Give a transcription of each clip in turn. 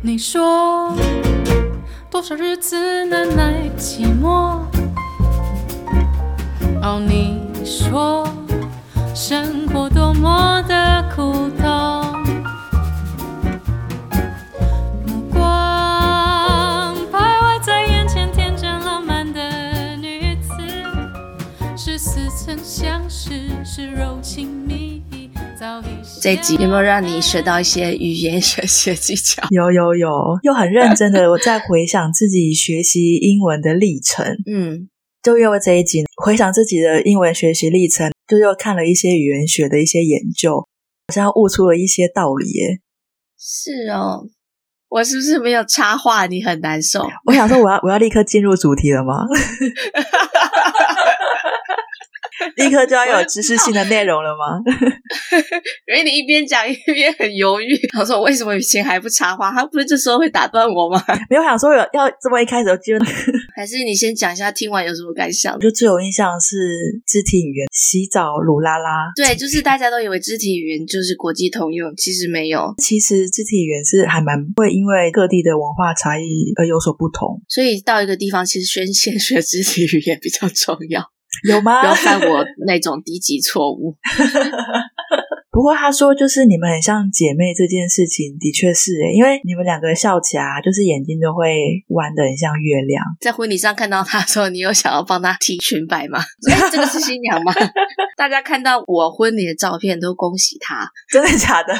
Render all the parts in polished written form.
你说多少日子难耐寂寞，哦，你说生活多么的苦痛，目光徘徊在眼前天真浪漫的女子，是似曾相识，是柔情蜜意，早已这一集有没有让你学到一些语言学习的技巧？ 有，又很认真的我在回想自己学习英文的历程。就因为这一集回想自己的英文学习历程，就又看了一些语言学的一些研究，好像悟出了一些道理耶。 是哦，我是不是没有插话你很难受？ 我想说我要立刻进入主题了吗？立刻就要有知识性的内容了吗？ 因为你一边讲一边很犹豫，我说为什么以前还不插话？他不是这时候会打断我吗？ 没有想说要这么一开始就进入还是你先讲一下听完有什么感想？ 我就最有印象是肢体语言，洗澡鲁拉拉。 对，就是大家都以为肢体语言就是国际通用，其实没有。 其实肢体语言是还蛮会因为各地的文化差异而有所不同， 所以到一个地方其实先学肢体语言比较重要。 有吗？ 不要犯我那种低级错误。 不过他说就是你们很像姐妹这件事情的确是耶，因为你们两个笑起来就是眼睛都会弯得很像月亮。 在婚礼上看到他的时候，你有想要帮他提裙摆吗？这个是新娘吗？大家看到我婚礼的照片都恭喜他。 真的假的？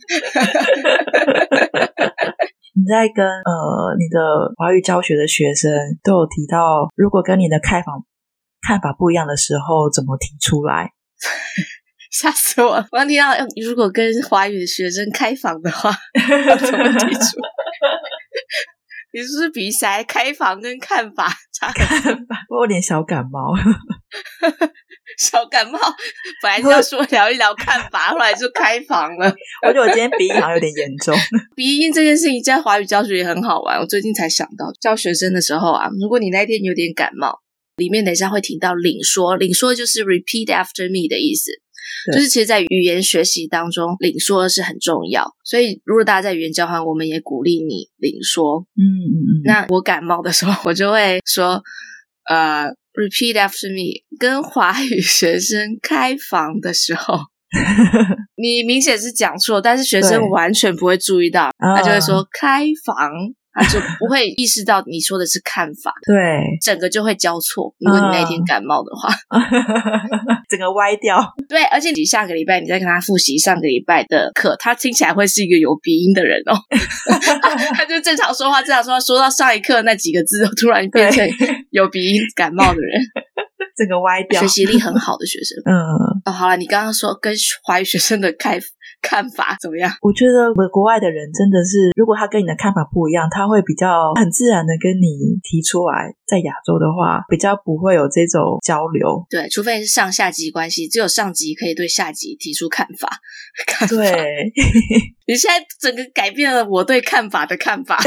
你在跟你的华语教学的学生都有提到，如果跟你的看法不一样的时候怎么提出来？ 吓死我了！我刚听到如果跟华语的学生开房的话要怎么提出？你是不是比赛开房跟看法差很多？ 我有点小感冒。 小感冒本来是要说聊一聊看法，后来就开房了。 我觉得我今天鼻音好像有点严重。 鼻音这件事情在华语教学也很好玩，我最近才想到，教学生的时候啊，如果你那天有点感冒，里面等一下会听到领说，领说就是 repeat after me 的意思，就是其实在语言学习当中领说是很重要，所以如果大家在语言交换，我们也鼓励你领说。那我感冒的时候我就会说repeat after me。 跟华语学生开房的时候你明显是讲错，但是学生完全不会注意到，他就会说开房，他就不会意识到你说的是看法。 对， 整个就会交错。如果你那天感冒的话整个歪掉。 对，而且你下个礼拜你再跟他复习上个礼拜的课，他听起来会是一个有鼻音的人哦。他就正常说话说到上一课那几个字突然变成有鼻音感冒的人。 整个歪掉。 学习力很好的学生。好了，你刚刚说跟华语学生的看法怎么样？ 我觉得国外的人真的是，如果他跟你的看法不一样，他会比较很自然的跟你提出来。在亚洲的话比较不会有这种交流。 对，除非是上下级关系，只有上级可以对下级提出看法。 对。 你现在整个改变了我对看法的看法。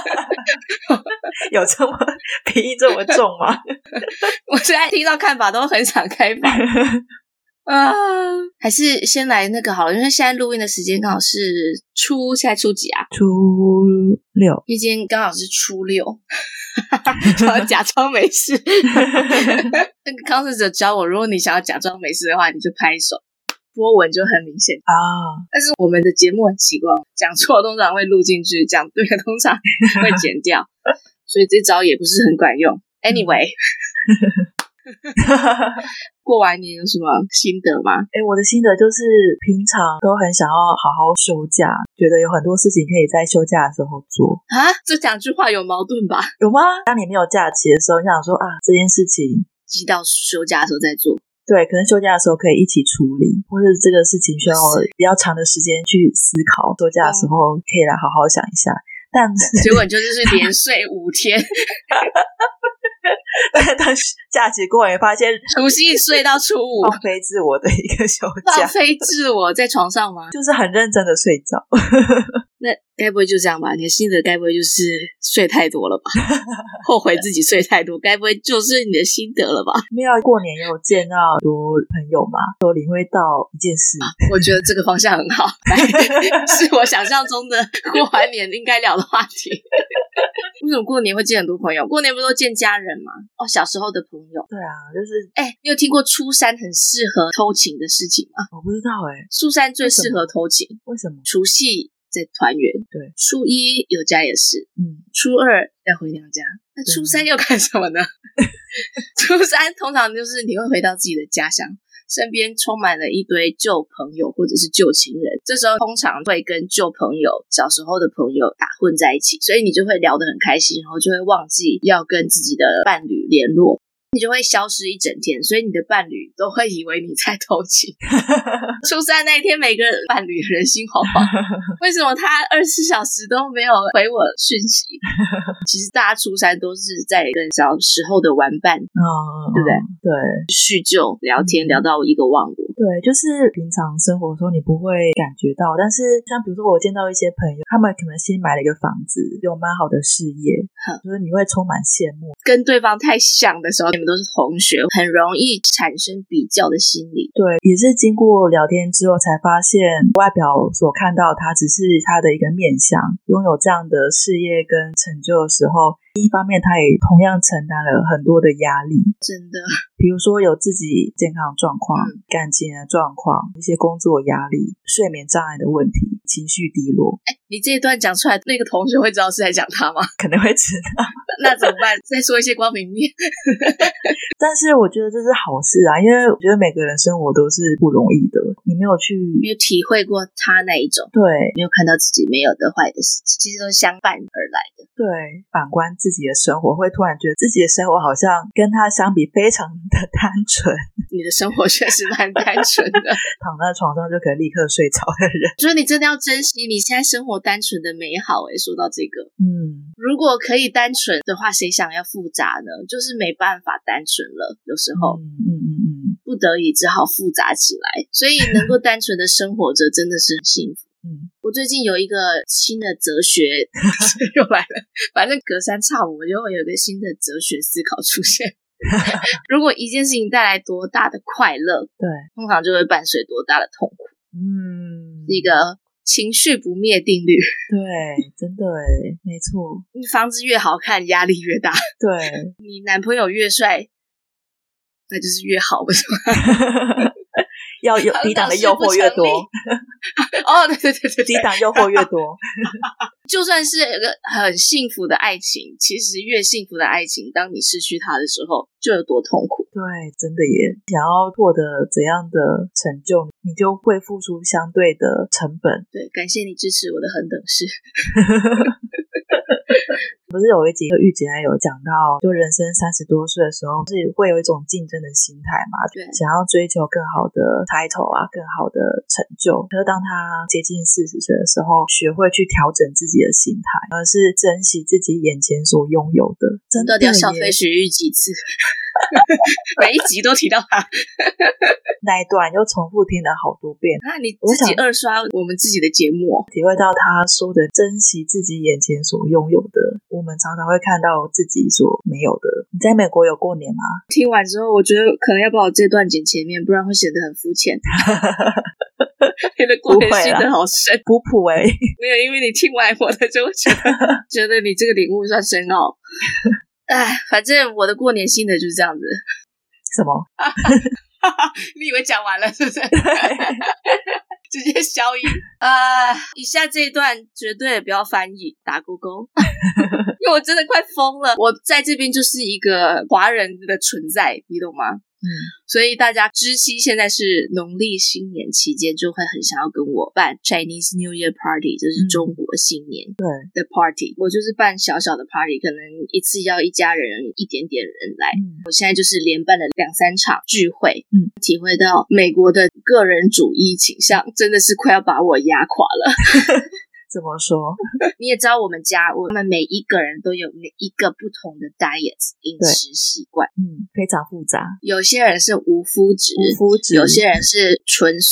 有这么鼻音这么重吗？ 我现在听到看法都很想开房。还是先来那个好了，因为现在录音的时间刚好是现在初几啊？ 初6。 今天刚好是初6。我要假装没事。那个康师者教我，如果你想要假装没事的话，你就拍手，波纹就很明显啊。但是我们的节目很奇怪，讲错通常会录进去，讲对的通常会剪掉，所以这招也不是很管用。Anyway。过完年有什么心得吗？ 我的心得就是平常都很想要好好休假，觉得有很多事情可以在休假的时候做啊。这两句话有矛盾吧？ 有吗？当你没有假期的时候，你想说这件事情积到休假的时候再做。 对，可能休假的时候可以一起处理，或者这个事情需要比较长的时间去思考，休假的时候可以来好好想一下。但结果就是连睡5天。 但假期过完发现除夕睡到初5， 放飞自我的一个休假。 放飞自我在床上吗？ 就是很认真的睡觉。 那该不会就这样吧？你的心得该不会就是睡太多了吧？后悔自己睡太多，该不会就是你的心得了吧？ 没有，过年也有见到很多朋友嘛，都领会到一件事。 我觉得这个方向很好，是我想象中的过完年应该聊的话题。为什么过年会见很多朋友？过年不是都见家人吗？哦，小时候的朋友。 对啊，就是你有听过初三很适合偷情的事情吗？ 我不知道初三最适合偷情。 为什么？ 除夕在团圆， 对， 初一有家也是，初二要回娘家，那初三要干什么呢？初三通常就是你会回到自己的家乡，身边充满了一堆旧朋友或者是旧情人，这时候通常会跟旧朋友小时候的朋友打混在一起，所以你就会聊得很开心，然后就会忘记要跟自己的伴侣联络，你就会消失一整天，所以你的伴侣都会以为你在偷情。初三那一天，每个伴侣人心惶惶，为什么他24小时都没有回我讯息？其实大家初三都是在跟小时候的玩伴，对不对？ 对， 叙旧聊天，聊到一个忘我。 对，就是平常生活的时候你不会感觉到，但是像比如说我见到一些朋友，他们可能新买了一个房子，有蛮好的事业，就是你会充满羡慕。 跟对方太像的时候，你们都是同学，很容易产生比较的心理。 对，也是经过聊天之后才发现，外表所看到他只是他的一个面向，拥有这样的事业跟成就的时候，一方面他也同样承担了很多的压力。 真的， 比如说有自己健康状况、感情的状况、一些工作压力、睡眠障碍的问题、情绪低落。 你这一段讲出来，那个同学会知道是在讲他吗？ 可能会知道。 那怎么办？再说一些光明面。 但是我觉得这是好事啊，因为我觉得每个人生活都是不容易的，你没有体会过他那一种， 对， 没有看到自己没有的坏的事情，其实都是相伴而来的。 对，反观自己的生活，会突然觉得自己的生活好像跟他相比非常的单纯。 你的生活确实蛮单纯的， 躺在床上就可以立刻睡着的人。 所以你真的要珍惜你现在生活单纯的美好。说到这个，如果可以单纯的话，谁想要复杂呢？就是没办法单纯了，有时候不得已只好复杂起来，所以能够单纯的生活着真的是很幸福。我最近有一个新的哲学又来了，反正隔三差五就会有一个新的哲学思考出现。如果一件事情带来多大的快乐，对，通常就会伴随多大的痛苦。一个情绪不灭定律。 对，真的耶，没错。 你房子越好看，压力越大。 对， 你男朋友越帅，那就是越好，不是吗？ 要有抵挡的诱惑越多。 对， 抵挡诱惑越多。 就算是一个很幸福的爱情，其实越幸福的爱情，当你失去它的时候，就有多痛苦。 对，真的耶。想要获得怎样的成就，你就会付出相对的成本。 对，感谢你支持我的恒等式。 不是有一集玉姐有讲到，就人生30多岁的时候，是会有一种竞争的心态嘛？对，想要追求更好的 title 啊，更好的成就。可是当他接近40岁的时候，学会去调整自己的心态，而是珍惜自己眼前所拥有的。真的， 到底要消费许玉几次？每一集都提到他。 那一段又重复听了好多遍。 你自己二刷我们自己的节目， 体会到他说的珍惜自己眼前所拥有的。我们常常会看到自己所没有的。你在美国有过年吗？ 听完之后，我觉得可能要把我这段剪前面，不然会显得很肤浅。你的过年心得好深， 普普欸。 没有，因为你听完我的，就会觉得你这个领悟算深奥。反正我的过年心得就是这样子。 什么？ 你以为讲完了是不是？直接消音。以下这一段绝对不要翻译，打勾勾。因为我真的快疯了。我在这边就是一个华人的存在，你懂吗？所以大家知悉现在是农历新年期间，就会很想要跟我办 Chinese New Year Party， 就是中国新年的 Party。我就是办小小的 Party， 可能一次要一家人一点点人来。我现在就是连办了2-3场聚会，体会到美国的个人主义倾向真的是快要把我压垮了。 怎么说？ 你也知道我们每一个人都有每一个不同的 diet 饮食习惯， 非常复杂。 有些人是无麸质，有些人是纯素，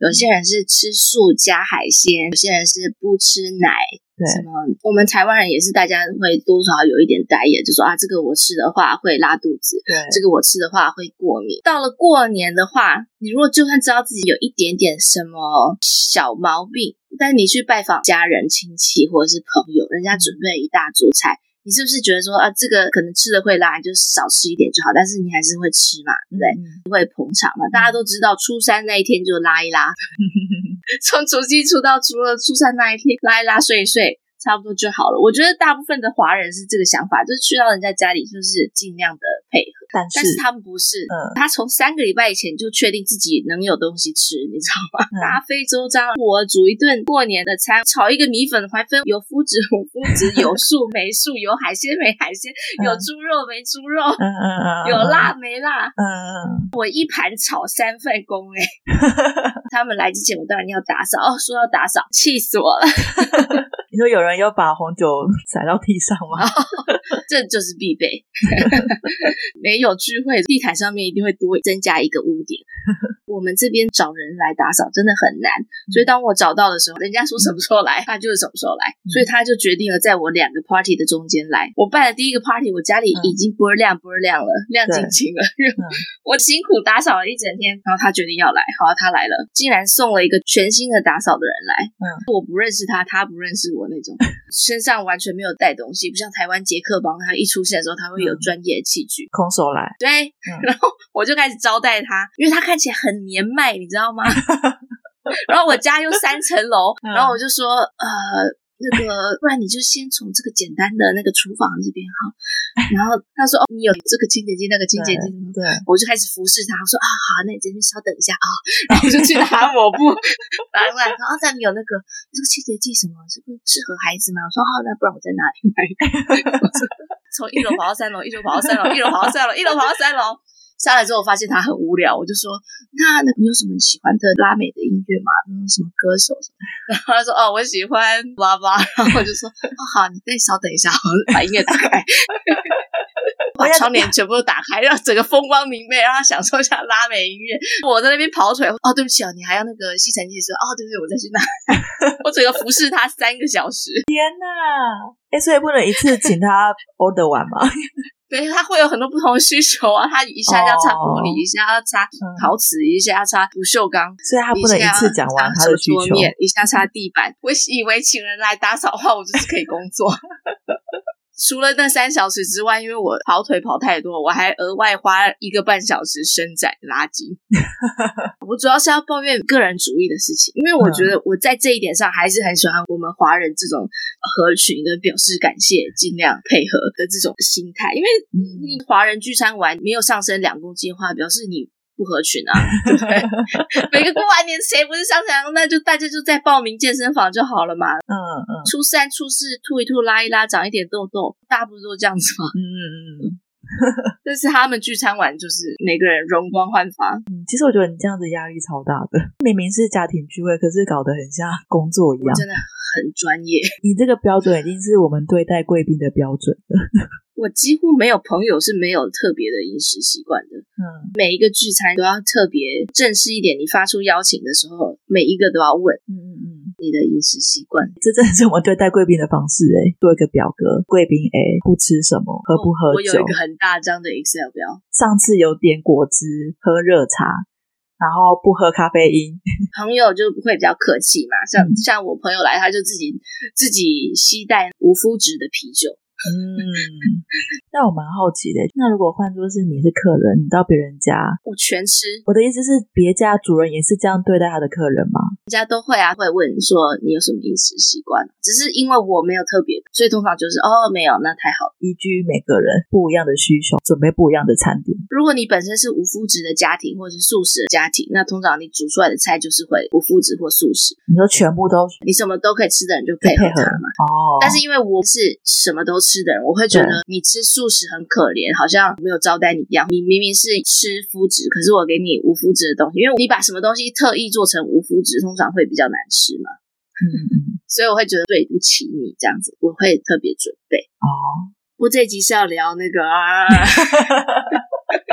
有些人是吃素加海鲜，有些人是不吃奶。 对， 什么？我们台湾人也是，大家会多少有一点代言，就说啊，这个我吃的话会拉肚子， 对， 这个我吃的话会过敏。到了过年的话，你如果就算知道自己有一点点什么小毛病，但你去拜访家人亲戚或者是朋友，人家准备一大桌菜，你是不是觉得说啊，这个可能吃的会拉，你就少吃一点就好，但是你还是会吃嘛，对不对？会捧场嘛。大家都知道初三那一天就拉一拉从除夕初到初二，初三那一天拉一拉睡一睡差不多就好了。我觉得大部分的华人是这个想法，就是去到人家家里就是尽量的配合，但是他们不是，他从3个礼拜以前就确定自己能有东西吃，你知道吗？大费周章，我煮一顿过年的餐，炒一个米粉，还分有麸质无麸质，有素没素，有海鲜没海鲜，有猪肉没猪肉，有辣没辣，我一盘炒3份公他们来之前我当然要打扫，说要打扫，气死我了你说有人有把红酒洒到地上吗？ 这就是必备没有聚会，地毯上面一定会多增加一个污点我们这边找人来打扫真的很难，所以当我找到的时候，人家说什么时候来他就是什么时候来，所以他就决定了在我2个 party 的中间来。我办的第一个 party， 我家里已经不亮了，亮晶晶了我辛苦打扫了一整天，然后他决定要来，好，他来了，竟然送了一个全新的打扫的人来，我不认识他，他不认识我那种身上完全没有带东西，不像台湾捷克帮他一出现的时候他会有专业的器具， 空手来， 对，然后我就开始招待他，因为他看起来很年迈，你知道吗然后我家又3层楼然后我就说那个不然你就先从这个简单的那个厨房这边好，然后他说你有这个清洁剂那个清洁剂，对，我就开始服侍他，我说好，那你这边稍等一下然后我就去拿抹布拿过来，那你有那个这个清洁剂什么这个适合孩子吗？我说好，那不然我再拿另外一个从1楼跑到3楼1楼跑到3楼1楼跑到3楼1楼跑到3楼上来之后我发现他很无聊，我就说那你有什么喜欢的拉美的音乐吗？什么歌手什么？然后他说我喜欢巴巴，然后我就说好，你再稍等一下，我把音乐打开把窗帘全部都打开，让整个风光明媚，让他享受一下拉美音乐。我在那边跑腿对不起你还要那个吸尘器，说对不起我再去拿我整个服侍他3个小时， 天哪所以不能一次请他 order 完吗？ 对，他会有很多不同的需求他一下要擦玻璃一下要擦陶瓷一下要擦不锈钢， 所以他不能一次讲完他的需求， 一下擦地板我以为请人来打扫的话我就是可以工作除了那3小时之外，因为我跑腿跑太多，我还额外花1个半小时伸展拉筋我主要是要抱怨个人主义的事情，因为我觉得我在这一点上还是很喜欢我们华人这种合群的表示感谢尽量配合的这种心态，因为你华人聚餐完没有上升2公斤的话表示你不合群对不对每个过完年谁不是上场，那就大家就在报名健身房就好了嘛初3初4吐一吐拉一拉长一点痘痘，大家不是都这样子吗但是他们聚餐完就是每个人容光焕发其实我觉得你这样子压力超大的，明明是家庭聚会可是搞得很像工作一样， 我真的很专业， 你这个标准已经是我们对待贵宾的标准了我几乎没有朋友是没有特别的饮食习惯的每一个聚餐都要特别正式一点，你发出邀请的时候每一个都要问你的饮食习惯， 这真的是我们对待贵宾的方式做一个表格，贵宾 A 不吃什么喝不喝酒， 我有一个很大张的 Excel 表， 上次有点果汁喝热茶然后不喝咖啡因朋友就会比较客气嘛，像我朋友来他就自己携带无麸质的啤酒那我蛮好奇的，那如果换作是你是客人，你到别人家， 我全吃。 我的意思是别家主人也是这样对待他的客人吗？ 人家都会会问说你有什么饮食习惯，只是因为我没有特别的，所以通常就是没有，那太好了。 依据每个人不一样的需求准备不一样的餐点， 如果你本身是无麸质的家庭或者是素食的家庭，那通常你煮出来的菜就是会无麸质或素食， 你说全部都你什么都可以吃的人就配合它嘛但是因为我是什么都吃的人，我会觉得你吃素食很可怜，好像没有招待你一样，你明明是吃麸质可是我给你无麸质的东西，因为你把什么东西特意做成无麸质通常会比较难吃嘛所以我会觉得对不起你这样子，我会特别准备不过这一集是要聊那个我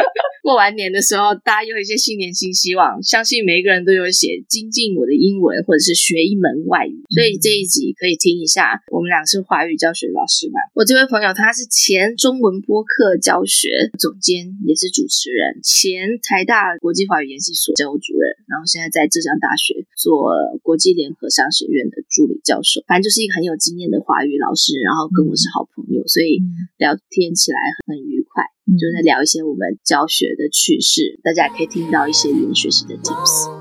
过完年的时候，大家又有一些新年新希望，相信每一个人都有写精进我的英文，或者是学一门外语。所以这一集可以听一下，我们俩是华语教学老师嘛。我这位朋友他是前中文播客教学总监，也是主持人，前台大国际华语研习所教务主任，然后现在在浙江大学做国际联合商学院的助理教授，反正就是一个很有经验的华语老师，然后跟我是好朋友，所以聊天起来很愉快，就在聊一些我们教学的趣事，大家也可以听到一些语言学习的 tips。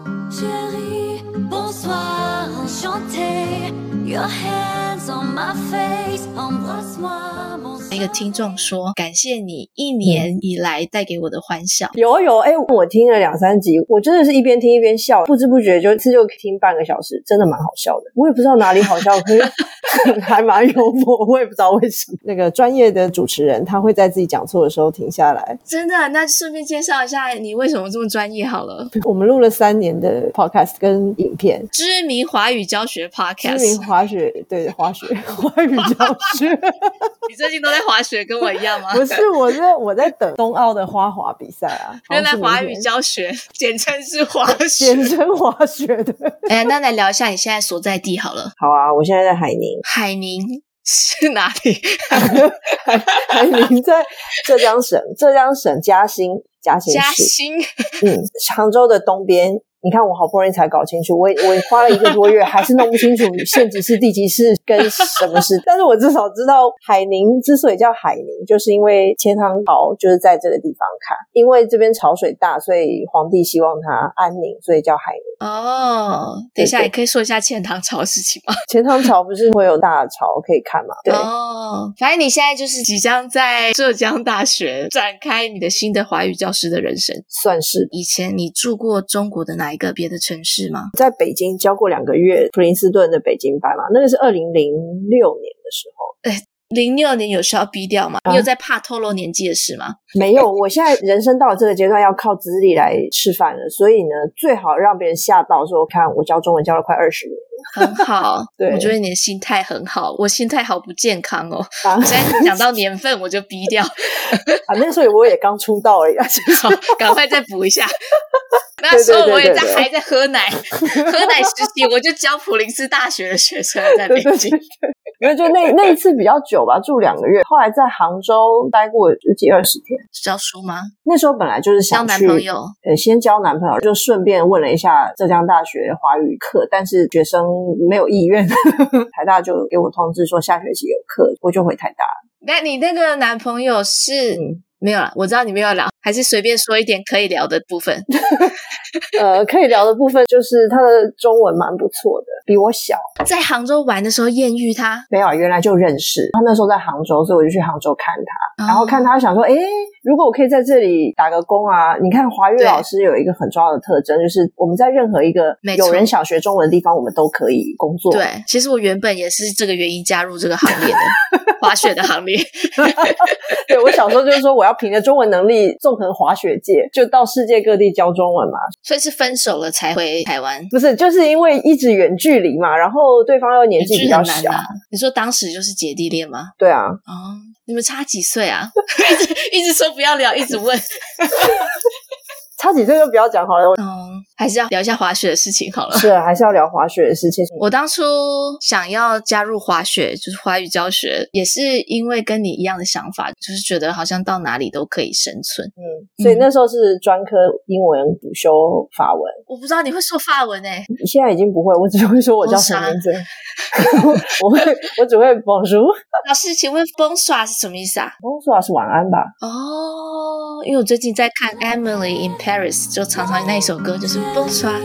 一个听众说，感谢你一年以来带给我的欢笑。 有我听了2-3集，我真的是一边听一边笑，不知不觉就听半个小时，真的蛮好笑的。我也不知道哪里好笑，可是还蛮幽默，我也不知道为什么。那个专业的主持人他会在自己讲错的时候停下来。 真的？那顺便介绍一下你为什么这么专业好了。 我们录了3年的 podcast 跟影片， 知名华语教学 podcast， 知名华语教学你最近都在滑雪跟我一样吗？ 不是，我在等冬奥的花滑比赛啊。 原来华语教学简称是滑雪， 简称滑雪的。 那来聊一下你现在所在地好了。 好啊，我现在在海宁。 海宁是哪里？ 海宁在浙江省嘉兴市。杭州的东边。你看我好不容易才搞清楚，我花了1个多月还是弄不清楚县级市地级市跟什么市，但是我至少知道海宁之所以叫海宁，就是因为钱塘潮就是在这个地方开，因为这边潮水大，所以皇帝希望它安宁，所以叫海宁。 哦，等一下，你可以说一下钱塘潮的事情吗？ 钱塘潮不是会有大潮可以看吗？对。 哦，反正你现在就是即将在浙江大学展开你的新的华语教师的人生， 算是。 以前你住过中国的哪一个别的城市吗？ 在北京教过2个月普林斯顿的北京班嘛，那个是2006年的时候。 06年有需要逼掉吗？你有在怕透露年纪的事吗？ 没有，我现在人生到了这个阶段要靠资历来吃饭了，所以呢最好让别人吓到说看我教中文教了快20年。 很好。 对， 我觉得你的心态很好，我心态好不健康哦。我现在讲到年份我就逼掉。 那时候我也刚出道而已。 好，赶快再补一下。那时候我也还在喝奶时期，我就教普林斯大学的学生在北京。 因为就那一次比较久吧，住2个月，后来在杭州待过10几20天。 教书吗？ 那时候本来就是想去交男朋友， 先交男朋友，就顺便问了一下浙江大学华语课，但是学生没有意愿。台大就给我通知说下学期有课，我就回台大了。 那你那个男朋友是？没有啦，我知道你没有聊，还是随便说一点可以聊的部分。 可以聊的部分就是他的中文蛮不错的，比我小。 在杭州玩的时候艳遇他？ 没有，原来就认识。他那时候在杭州，所以我就去杭州看他，然后看他想说如果我可以在这里打个工啊。你看华语老师有一个很重要的特征，就是我们在任何一个有人想学中文的地方我们都可以工作。 对，其实我原本也是这个原因加入这个行列的。滑雪的行列。 对，我小时候就是说我要凭着中文能力纵横滑雪界，就到世界各地教中文嘛。 所以是分手了才回台湾？ 不是，就是因为一直远距离嘛，然后对方又年纪比较小。 你说当时就是姐弟恋吗？ 对啊。 你们差几岁啊？一直说不要聊，一直问。 差几岁就不要讲好了。 还是要聊一下滑雪的事情好了。 是，还是要聊滑雪的事情。 我当初想要加入滑雪，就是华语教学，也是因为跟你一样的想法，就是觉得好像到哪里都可以生存。 所以那时候是专科英文补修法文。 我不知道你会说法文你现在已经不会，我只会说我叫什么名字。我只会 bonjour。 老师，请问 bonsoir 是什么意思啊？ bonsoir 是晚安吧。 因为我最近在看 Emily in Paris， 就常常那一首歌就是 bonsoir。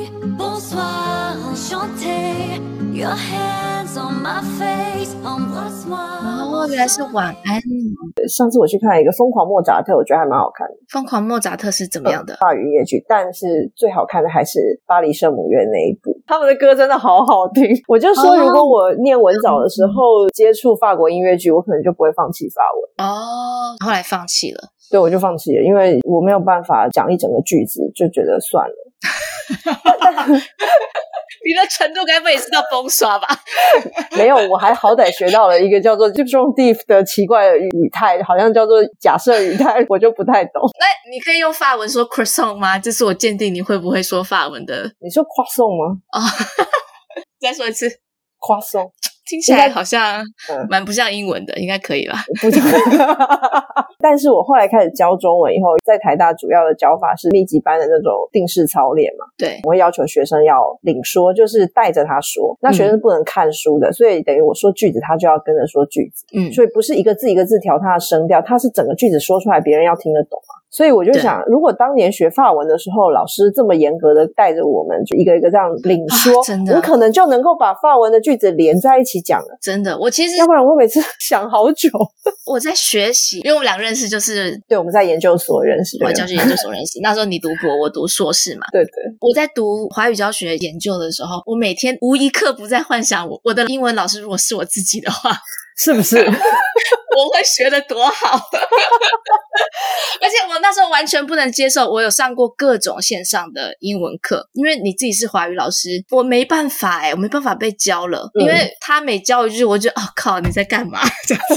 原来是晚安。 上次我去看一个疯狂莫扎特，我觉得还蛮好看的。 疯狂莫扎特是怎么样的？ 法语音乐剧，但是最好看的还是巴黎圣母院那一部，他们的歌真的好好听。我就说如果我念文藻的时候接触法国音乐剧，我可能就不会放弃法文。 后来放弃了。 对，我就放弃了，因为我没有办法讲一整个句子，就觉得算了。 你的程度该不会也是到崩刷吧？ 没有，我还好歹学到了一个叫做 Div 的奇怪的语态，好像叫做假设语态，我就不太懂。 那你可以用法文说 croissant 吗？这是我鉴定你会不会说法文的。 你说 croissant 吗？ 哦，再说一次 croissant。 听起来好像蛮不像英文的，应该可以吧？ 不像。但是我后来开始教中文以后，在台大主要的教法是密集班的那种定式操练嘛。 对， 我会要求学生要领说，就是带着他说。那学生不能看书的，所以等于我说句子，他就要跟着说句子。所以不是一个字一个字调他的声调，他是整个句子说出来，别人要听得懂嘛。所以我就想，如果当年学法文的时候，老师这么严格的带着我们，就一个一个这样领说， 真的， 我可能就能够把法文的句子连在一起讲了。 真的，我其实要不然我每次想好久。 我在学习，因为我们两个认识就是对，我们在研究所认识， 华语教学研究所认识。那时候你读博，我读硕士嘛。 对对。 我在读华语教学研究的时候，我每天无一刻不在幻想我的英文老师如果是我自己的话， 是不是我会学得多好。而且我那时候完全不能接受，我有上过各种线上的英文课，因为你自己是华语老师，我没办法我没办法被教了，因为他每教一句我就靠你在干嘛这样子。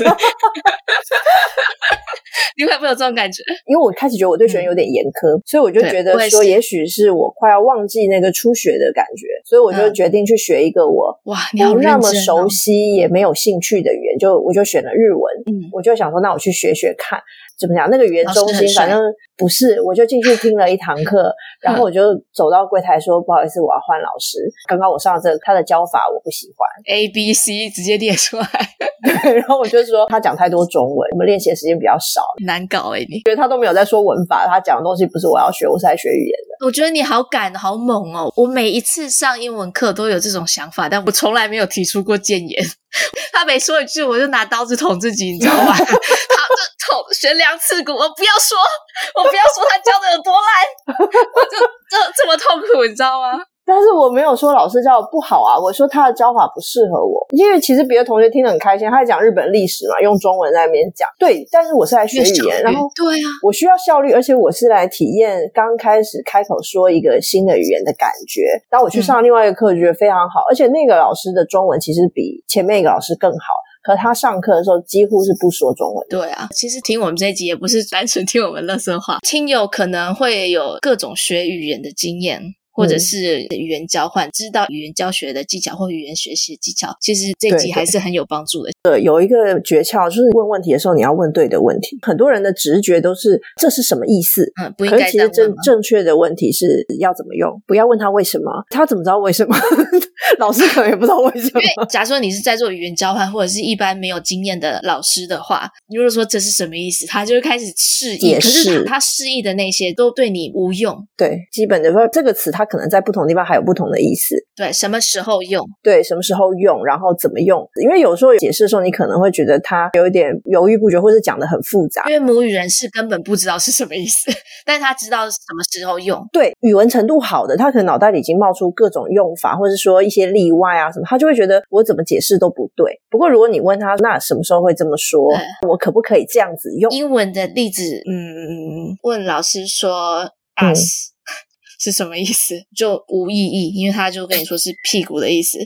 你会不会有这种感觉？ 因为我开始觉得我对学生有点严苛，所以我就觉得说也许是我快要忘记那个初学的感觉，所以我就决定去学一个我不那么熟悉也没有兴趣的语言，我就选了日文。我就想说那我去学学看怎么讲，那个语言中心反正不是，我就进去听了一堂课，然后我就走到柜台说不好意思我要换老师，刚刚我上的这个他的教法我不喜欢 ABC 直接列出来。 对，然后我就说他讲太多中文，我们练习的时间比较少， 难搞你觉得他都没有在说文法，他讲的东西不是我要学，我是在学语言的。 我觉得你好敢好猛哦！我每一次上英文课都有这种想法，但我从来没有提出过谏言。他每说一句我就拿刀子捅自己，你知道吗？他就捅悬梁刺股，我不要说他教的有多烂，我就这么痛苦，你知道吗？ 但是我没有说老师教的不好啊，我说他的教法不适合我，因为其实别的同学听得很开心，他在讲日本历史嘛，用中文在那边讲，对，但是我是来学语言，然后对啊， 我需要效率，而且我是来体验刚开始开口说一个新的语言的感觉。当我去上另外一个课，觉得非常好，而且那个老师的中文其实比前面一个老师更好。可他上课的时候几乎是不说中文。 对啊，其实听我们这一集也不是单纯听我们垃圾话，听友可能会有各种学语言的经验，或者是语言交换，知道语言教学的技巧或语言学习的技巧，其实这集还是很有帮助的。 有一个诀窍，就是问问题的时候你要问对的问题。很多人的直觉都是这是什么意思， 不应该这样问吗？ 可是其实正确的问题是要怎么用，不要问他为什么，他怎么知道为什么？老师可能也不知道为什么。 因为假如说你是在做语言交换，或者是一般没有经验的老师的话，你如果说这是什么意思，他就会开始释义，可是他释义的那些都对你无用。 对，基本的说这个词它可能在不同地方还有不同的意思。 对，什么时候用？ 对，什么时候用，然后怎么用？因为有时候解释的时候，你可能会觉得他有一点犹豫不决，或是讲得很复杂。 因为母语人士根本不知道是什么意思，但是他知道什么时候用。 对，语文程度好的，他可能脑袋里已经冒出各种用法，或是说一些例外啊什么，他就会觉得我怎么解释都不对。不过如果你问他，那什么时候会这么说？我可不可以这样子用？ 英文的例子，问老师说 ass 是什么意思，就无意义，因为他就跟你说是屁股的意思。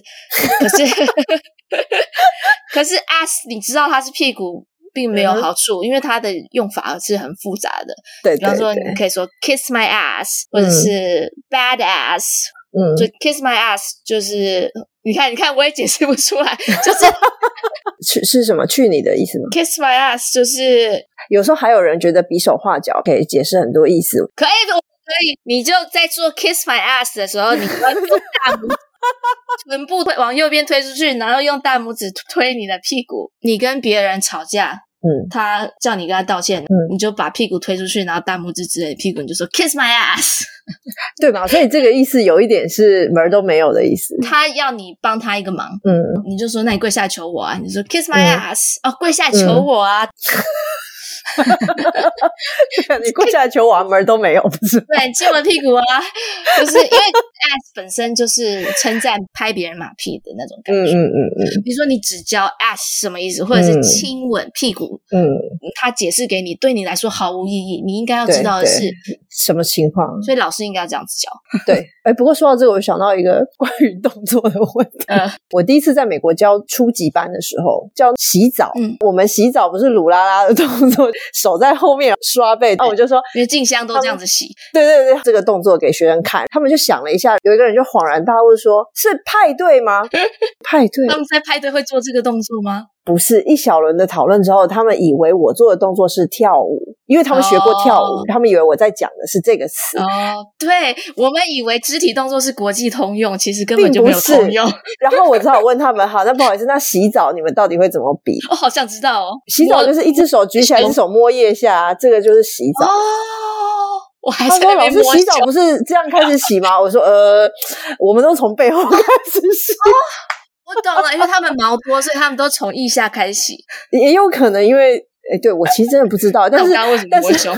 可是 ass 你知道它是屁股并没有好处，因为它的用法是很复杂的。 对， 比方说你可以说 kiss my ass 或者是 bad ass。就 kiss my ass 就是你看我也解释不出来，就是是什么去你的意思吗？ kiss my ass 就是有时候还有人觉得比手画脚可以解释很多意思。 可以，你就在做 kiss my ass 的时候，你要用大拇指臀部往右边推出去，然后用大拇指推你的屁股。你跟别人吵架，他叫你跟他道歉，你就把屁股推出去，然后大拇指指着你屁股，你就说 kiss my ass， 对吧？所以这个意思有一点是门都没有的意思。 他要你帮他一个忙，你就说那你跪下求我啊，你就说 kiss my ass，跪下求我啊。 你跪下来求我啊，门儿都没有，不是？ 对，亲我屁股啊，就是因为 ass 本身就是称赞拍别人马屁的那种感觉。比如说你只教 ass 什么意思，或者是亲吻屁股，他解释给你，对你来说毫无意义，你应该要知道的是什么情况， 所以老师应该要这样子教。 对，不过说到这个，我想到一个关于动作的问题。我第一次在美国教初级班的时候，教洗澡，我们洗澡不是鲁拉拉的动作，手在后面刷背，然后我就说， 因为静香都这样子洗。 对，这个动作给学生看，他们就想了一下，有一个人就恍然大悟说：“是派对吗？派对？ 他们在派对会做这个动作吗？” 不是，一小轮的讨论之后，他们以为我做的动作是跳舞，因为他们学过跳舞，他们以为我在讲的是这个词。 对，我们以为肢体动作是国际通用，其实根本就没有通用。 然后我只好问他们，好，那不好意思，那洗澡你们到底会怎么比？ 我好想知道哦。 洗澡就是一只手举起来，一只手摸腋下，这个就是洗澡。 我还在那边摸。老师，洗澡不是这样开始洗吗？我说我们都从背后开始洗。 我懂了，因为他们毛多，所以他们都从腋下开始洗。 也有可能因为对，我其实真的不知道，但是我刚刚为什么摸胸？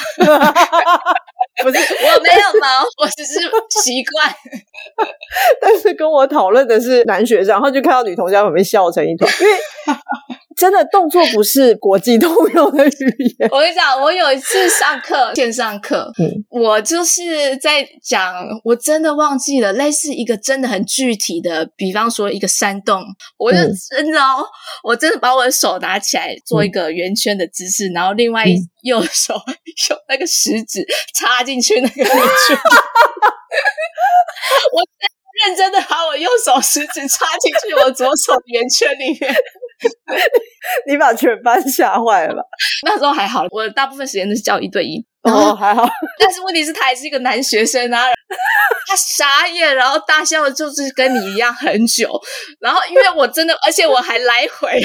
不是， 我没有毛，我只是习惯。 但是跟我讨论的是男学生，然后就看到女同学旁边笑成一团，因为真的动作不是国际通用的语言。 我跟你讲，我有一次上课，线上课，我就是在讲，我真的忘记了，类似一个真的很具体的，比方说一个山洞，我就真的我真的把我的手拿起来做一个圆圈的姿势，然后另外右手用那个食指插进去那个圆圈。我认真的把我右手食指插进去我左手圆圈里面。 你把全班吓坏了吧？ 那时候还好，我大部分时间都是教1对1。 还好。 但是问题是他还是一个男学生啊，他傻眼，然后大笑就是跟你一样很久，然后因为我真的，而且我还来回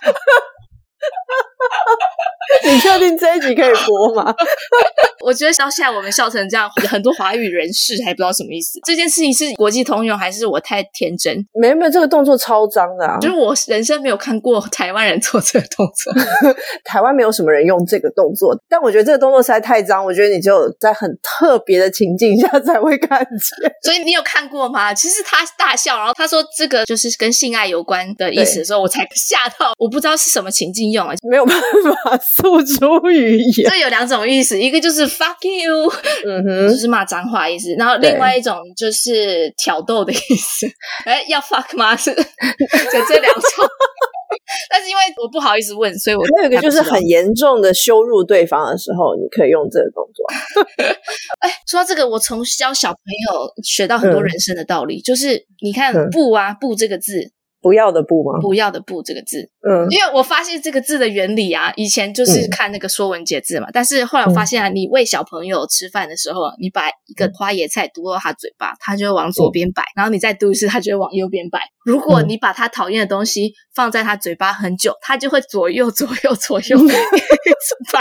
你确定这一集可以播吗？ 我觉得到现在我们笑成这样，很多华语人士还不知道什么意思。这件事情是国际通用还是我太天真？ 没有，这个动作超脏的啊！ 就是我人生没有看过台湾人做这个动作。 台湾没有什么人用这个动作，但我觉得这个动作实在太脏，我觉得你只有在很特别的情境下才会看见。 所以你有看过吗？其实他大笑，然后他说这个就是跟性爱有关的意思的时候，我才吓到，我不知道是什么情境用啊， 没有办法诉诸语言。 这有2种意思，一个就是 fuck you， 就是骂脏话意思，然后另外一种就是挑逗的意思。要 fuck 吗？是就这2种。但是因为我不好意思问，所以我还有一个就是很严重的羞辱对方的时候，你可以用这个动作。 说到这个，我从教小朋友学到很多人生的道理，就是你看不啊，不这个字。 不要的不吗？ 不要的不这个字，因为我发现这个字的原理啊，以前就是看那个说文解字嘛，但是后来我发现啊，你喂小朋友吃饭的时候，你把一个花椰菜嘟到他嘴巴，他就会往左边摆，然后你再嘟一次，他就会往右边摆。如果你把他讨厌的东西放在他嘴巴很久，他就会左右左右左右摆。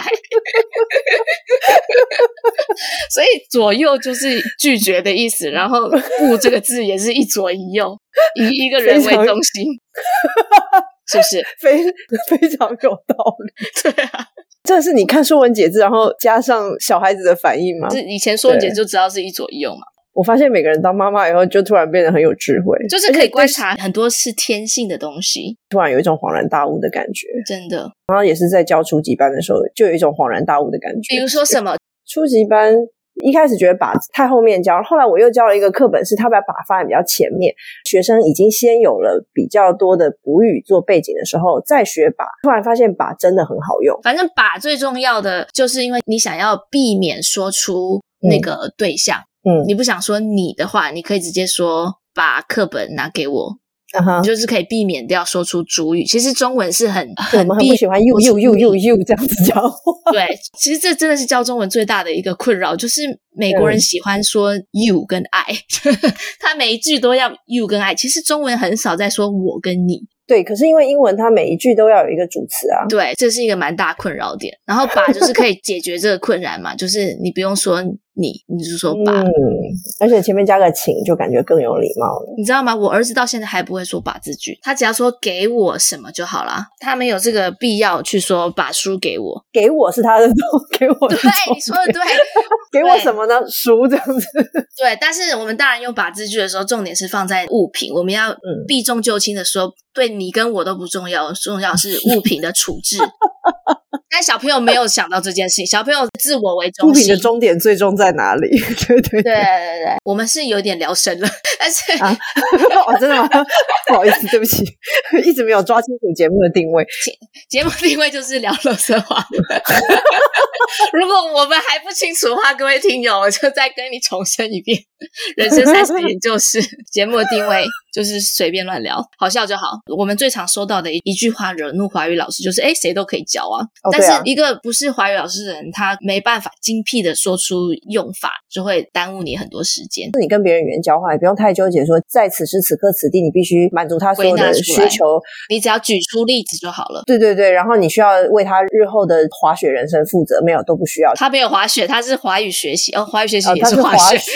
所以左右就是拒绝的意思，然后不这个字也是一左一右，以一个人为中心。是不是非常有道理？ 对啊， 这是你看说文解字然后加上小孩子的反应吗？ 是以前说文解字就知道是一左一右嘛。 我发现每个人当妈妈以后就突然变得很有智慧， 就是可以观察很多是天性的东西， 突然有一种恍然大悟的感觉。 真的， 然后也是在教初级班的时候就有一种恍然大悟的感觉。 比如说什么？ 初级班一开始觉得把太后面教，后来我又教了一个课本是他把放在比较前面，学生已经先有了比较多的补语做背景的时候再学把，突然发现把真的很好用。 反正把最重要的就是因为你想要避免说出那个对象，你不想说你的话，你可以直接说把课本拿给我，就是可以避免掉说出主语。其实中文是很我们很不喜欢 you 这样子教对，其实这真的是教中文最大的一个困扰，就是美国人喜欢说 you 跟 I 他每一句都要 you 跟 I， 其实中文很少在说我跟你。 对，可是因为英文它每一句都要有一个主词啊。 对，这是一个蛮大困扰点。然后把就是可以解决这个困扰嘛，就是你不用说你就说爸， 而且前面加个请就感觉更有礼貌了。 你知道吗？我儿子到现在还不会说把字句，他只要说给我什么就好啦，他没有这个必要去说把书给我。 给我是他的给我对，你说的对。 给我什么呢？书这样子。 对，但是我们大人用把字句的时候，重点是放在物品，我们要避重就轻的说，对你跟我都不重要，重要是物品的处置。但小朋友没有想到这件事情，小朋友自我为中心， 物品的终点最终在哪里？对， 我们是有点聊深了，但是真的吗？不好意思，对不起，一直没有抓清楚节目的定位。 节目定位就是聊垃圾话。如果我们还不清楚的话，各位听友，我就再跟你重申一遍，人生30研究室节目的定位就是随便乱聊，好笑就好。我们最常收到的一句话惹怒华语老师就是谁都可以教啊，但是一个不是华语老师的人，他没办法精辟的说出用法，就会耽误你很多时间。 你跟别人语言交换也不用太纠结说在此时此刻此地你必须满足他所有的需求， 你只要举出例子就好了。 对，然后你需要为他日后的滑雪人生负责，没有都不需要。 他没有滑雪，他是华语学习华语学习也是滑雪。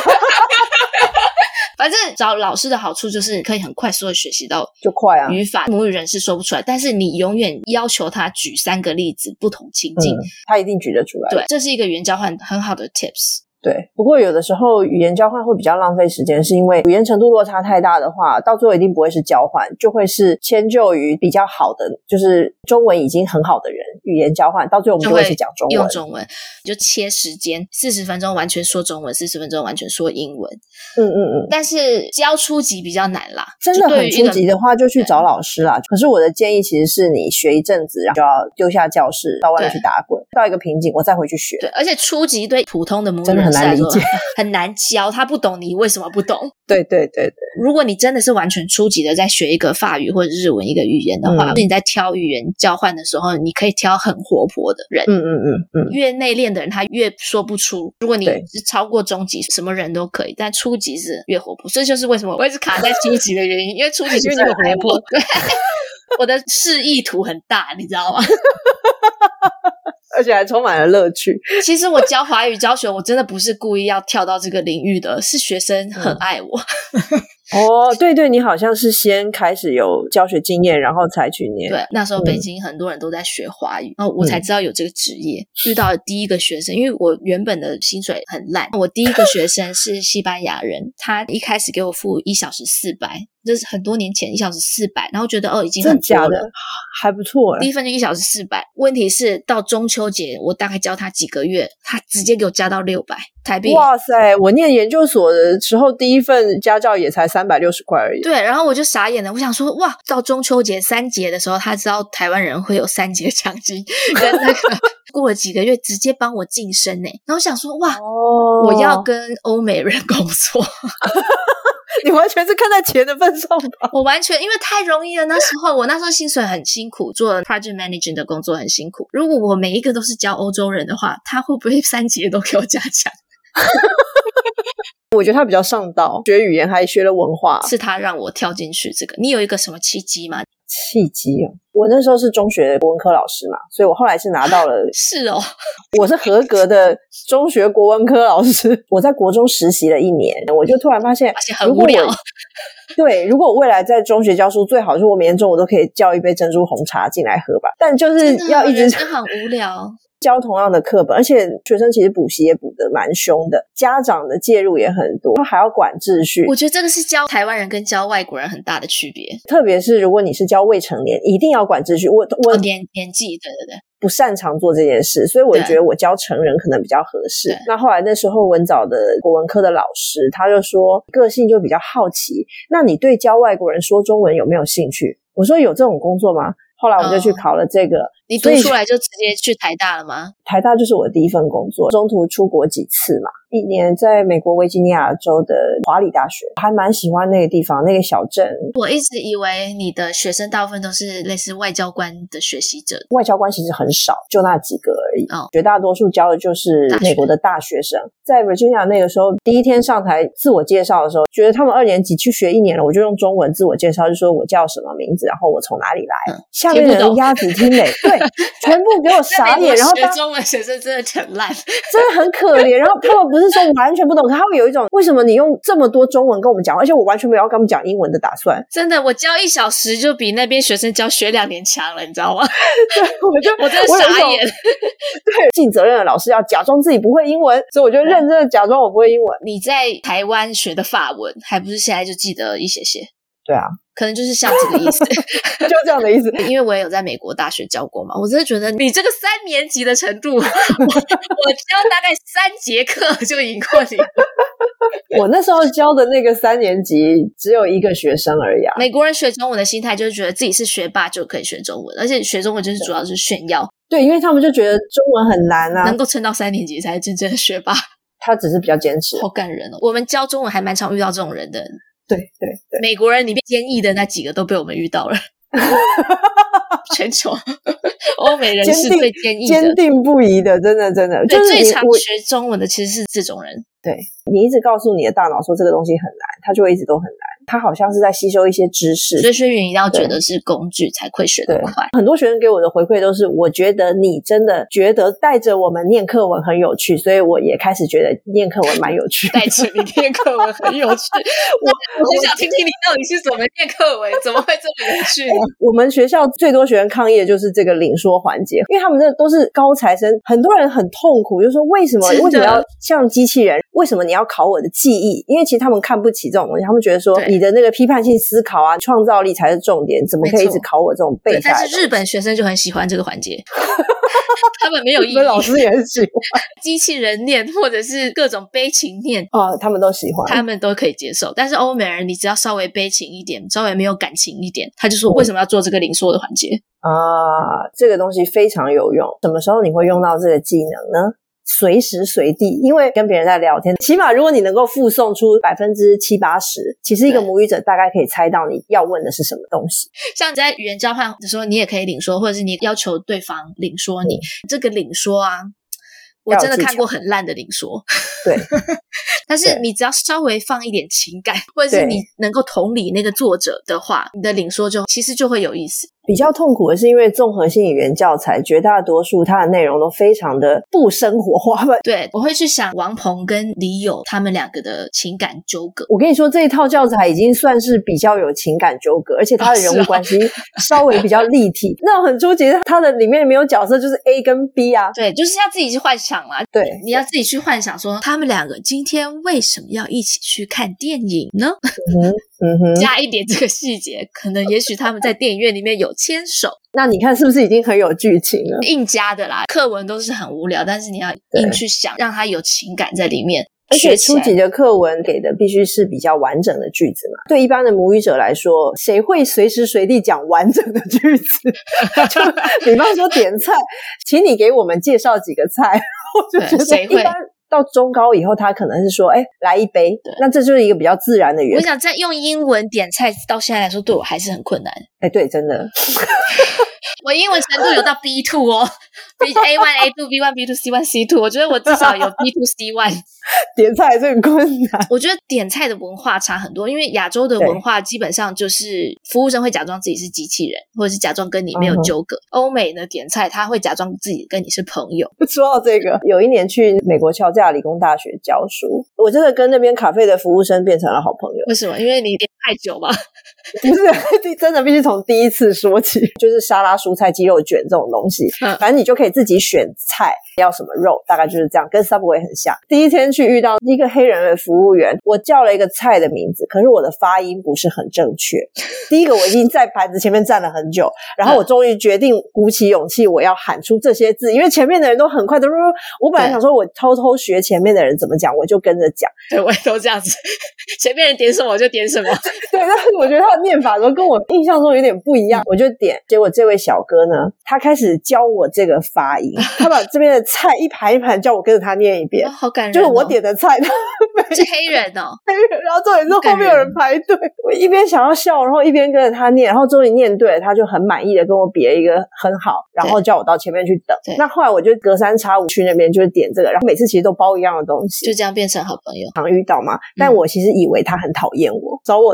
反正找老师的好处就是可以很快速的学习到就快啊， 语法母语人是说不出来，但是你永远要求他举3个例子不同情境， 他一定举得出来。 对，这是一个语言交换很好的 tips。 对，不过有的时候语言交换会比较浪费时间，是因为语言程度落差太大的话，到最后一定不会是交换，就会是迁就于比较好的，就是中文已经很好的人语言交换，到最后我们就会是讲中文， 用中文就切时间，40分钟完全说中文，40分钟完全说英文。但是教初级比较难啦， 真的很初级的话就去找老师啦。可是我的建议其实是你学一阵子，然后就要丢下教室到外面去打滚，到一个瓶颈我再回去学。 对，而且初级对普通的母语人很难理解， 很难教，他不懂你为什么不懂。 对， 如果你真的是完全初级的在学一个法语或者日文一个语言的话，你在挑语言交换的时候，你可以挑很活泼的人。越内敛的人他越说不出。如果你是超过中级，什么人都可以，但初级是越活泼。这就是为什么我一直卡在初级的原因，因为初级就是很活泼。对，我的示意图很大，你知道吗？ 而且还充满了乐趣。 其实我教华语教学，我真的不是故意要跳到这个领域的，是学生很爱我。 对，你好像是先开始有教学经验，然后才去念。 对，那时候北京很多人都在学华语，然后我才知道有这个职业。遇到的第一个学生，因为我原本的薪水很烂，我第一个学生是西班牙人，他一开始给我付1小时400，这是很多年前1小时400，然后觉得已经很多了， 真的假的，还不错。 第一份就1小时400，问题是到中秋节我大概教他几个月，他直接给我加到600台币。 哇塞，我念研究所的时候第一份家教也才360块而已。 对，然后我就傻眼了，我想说哇，到中秋节3节的时候，他知道台湾人会有3节奖金跟那个过了几个月直接帮我晋升耶，然后我想说哇，我要跟欧美人工作。 你完全是看在钱的份上吧？ 我完全因为太容易了，我那时候薪水很辛苦，做 project management 的工作很辛苦。如果我每一个都是教欧洲人的话，他会不会3节都给我加奖？ 我觉得他比较上道，学语言还学了文化， 是他让我跳进去这个。你有一个什么契机吗？ 契机我那时候是中学国文科老师嘛，所以我后来是拿到了是我是合格的中学国文科老师。我在国中实习了1年，我就突然发现很无聊。 对，如果我未来在中学教书，最好是我每天中午都可以叫一杯珍珠红茶进来喝吧。但就是要一直很无聊。 教同样的课本，而且学生其实补习也补得蛮凶的，家长的介入也很多，还要管秩序。 我觉得这个是教台湾人跟教外国人很大的区别， 特别是如果你是教未成年，一定要管秩序。我年纪，对， 不擅长做这件事，所以我觉得我教成人可能比较合适。那后来那时候文藻的国文科的老师他就说，个性就比较好奇，那你对教外国人说中文有没有兴趣？我说有这种工作吗？后来我就去考了这个。 你读出来就直接去台大了吗？ 台大就是我的第一份工作，中途出国几次嘛，1年在美国维吉尼亚州的华里大学，还蛮喜欢那个地方，那个小镇。 我一直以为你的学生大部分都是类似外交官的学习者， 外交官其实很少，就那几个而已，绝大多数教的就是美国的大学生。在 Virginia 那个时候，第一天上台自我介绍的时候，觉得他们2年级去学1年了，我就用中文自我介绍，就说我叫什么名字，然后我从哪里来，下面的人鸭子听嘞，对， 全部给我傻眼。然后学中文学生真的很烂， 真的很可怜。然后他们不是说完全不懂，可他会有一种为什么你用这么多中文跟我们讲，而且我完全没有要跟他们讲英文的打算。 真的，我教1小时就比那边学生教学2年强了，你知道吗？ 对， 我真的傻眼。 对，尽责任的老师要假装自己不会英文，所以我就认真的假装我不会英文。 你在台湾学的法文，还不是现在就记得一些？ 对啊， 可能就是像这个意思。 就这样的意思。 因为我也有在美国大学教过嘛，我真的觉得你这个3年级的程度，我教大概3节课就赢过你。 我那时候教的那个3年级只有1个学生而已啊。 美国人学中文的心态就是觉得自己是学霸就可以学中文，而且学中文就是主要是炫耀。 对，因为他们就觉得中文很难啊， 能够撑到3年级才是真正的学霸。 他只是比较坚持。好感人哦，我们教中文还蛮常遇到这种人的。 对， 美国人里面坚毅的那几个都被我们遇到了。全球欧美人是最坚毅的， 坚定不移的，真的对，就是最常学中文的其实是这种人。 对，你一直告诉你的大脑说这个东西很难，它就会一直都很难。它好像是在吸收一些知识， 所以学语言一定要觉得是工具才会学得快。 很多学生给我的回馈都是，我觉得你真的觉得带着我们念课文很有趣，所以我也开始觉得念课文蛮有趣。 带着你念课文很有趣，我很想听听你到底是怎么念课文，怎么会这么有趣呢？ 我们学校最多学生抗议的就是这个领说环节，因为他们这都是高材生，很多人很痛苦，就说为什么要像机器人？为什么你要考我的记忆？因为其实他们看不起这种东西，他们觉得说你的那个批判性思考啊、创造力才是重点，怎么可以一直考我这种背下来的？ 但是日本学生就很喜欢这个环节。他们没有意义， 日本老师也很喜欢机器人念或者是各种悲情念他们都喜欢， 他们都可以接受。但是欧美人，你只要稍微悲情一点，稍微没有感情一点，他就说为什么要做这个领说的环节这个东西非常有用。什么时候你会用到这个技能呢？随时随地，因为跟别人在聊天，起码如果你能够附送出70-80%，其实一个母语者大概可以猜到你要问的是什么东西。 像你在语言交换的时候，你也可以领说，或者是你要求对方领说你，这个领说啊，我真的看过很烂的领说。 对， 但是你只要稍微放一点情感，或者是你能够同理那个作者的话，你的领说其实就会有意思。 比较痛苦的是因为综合性语言教材绝大多数它的内容都非常的不生活化。 对，我会去想王鹏跟李友他们2个的情感纠葛。 我跟你说，这一套教材已经算是比较有情感纠葛，而且它的人物关系稍微比较立体。那种很纠结，它的里面没有角色，就是 A 跟 B 啊。 对，就是要自己去幻想啦。 对， 你要自己去幻想说他们2个今天为什么要一起去看电影呢？加一点这个细节，可能也许他们在电影院里面有牵手。 那你看是不是已经很有剧情了？ 硬加的啦，课文都是很无聊，但是你要硬去想，让它有情感在里面。 而且初级的课文给的必须是比较完整的句子嘛。对一般的母语者来说，谁会随时随地讲完整的句子？就比方说点菜，请你给我们介绍几个菜。我就觉得一般到中高以后，他可能是说来一杯，那这就是一个比较自然的语言。 我想在用英文点菜到现在来说，对我还是很困难。 对，真的。 我英文程度有到 B2 哦，A1 A2 B1 B2 C1 C2， 我觉得我至少有 B2 C1。 点菜还是很困难。 我觉得点菜的文化差很多，因为亚洲的文化基本上就是服务生会假装自己是机器人，或者是假装跟你没有纠葛。欧美呢点菜他会假装自己跟你是朋友。 说到这个，有一年去美国乔治亚理工大学教书，我真的跟那边咖啡的服务生变成了好朋友。 为什么？因为你点太久吧？ 不是，真的必须从第一次说起，就是沙拉、蔬菜、鸡肉卷这种东西，反正你就可以自己选菜，要什么肉，大概就是这样，跟 Subway 很像。第一天去遇到一个黑人的服务员，我叫了一个菜的名字，可是我的发音不是很正确。第一个我已经在盘子前面站了很久，然后我终于决定鼓起勇气，我要喊出这些字，因为前面的人都很快的说，我本来想说我偷偷学前面的人怎么讲，我就跟着讲。 对，我也都这样子，前面人点什么我就点什么。 对，但是我觉得他的念法都跟我印象中有点不一样，我就点，结果这位小哥呢，他开始教我这个发音，他把这边的菜一盘一盘叫我跟着他念一遍。 好感人就是我点的菜是黑人哦， 黑人，然后重点是后面有人排队，我一边想要笑，然后一边跟着他念，然后终于念对了，他就很满意的跟我比了一个很好，然后叫我到前面去等。那后来我就隔三差五去那边就是点这个，然后每次其实都包一样的东西， 就这样变成好朋友。 常遇到嘛，但我其实以为他很讨厌我，找我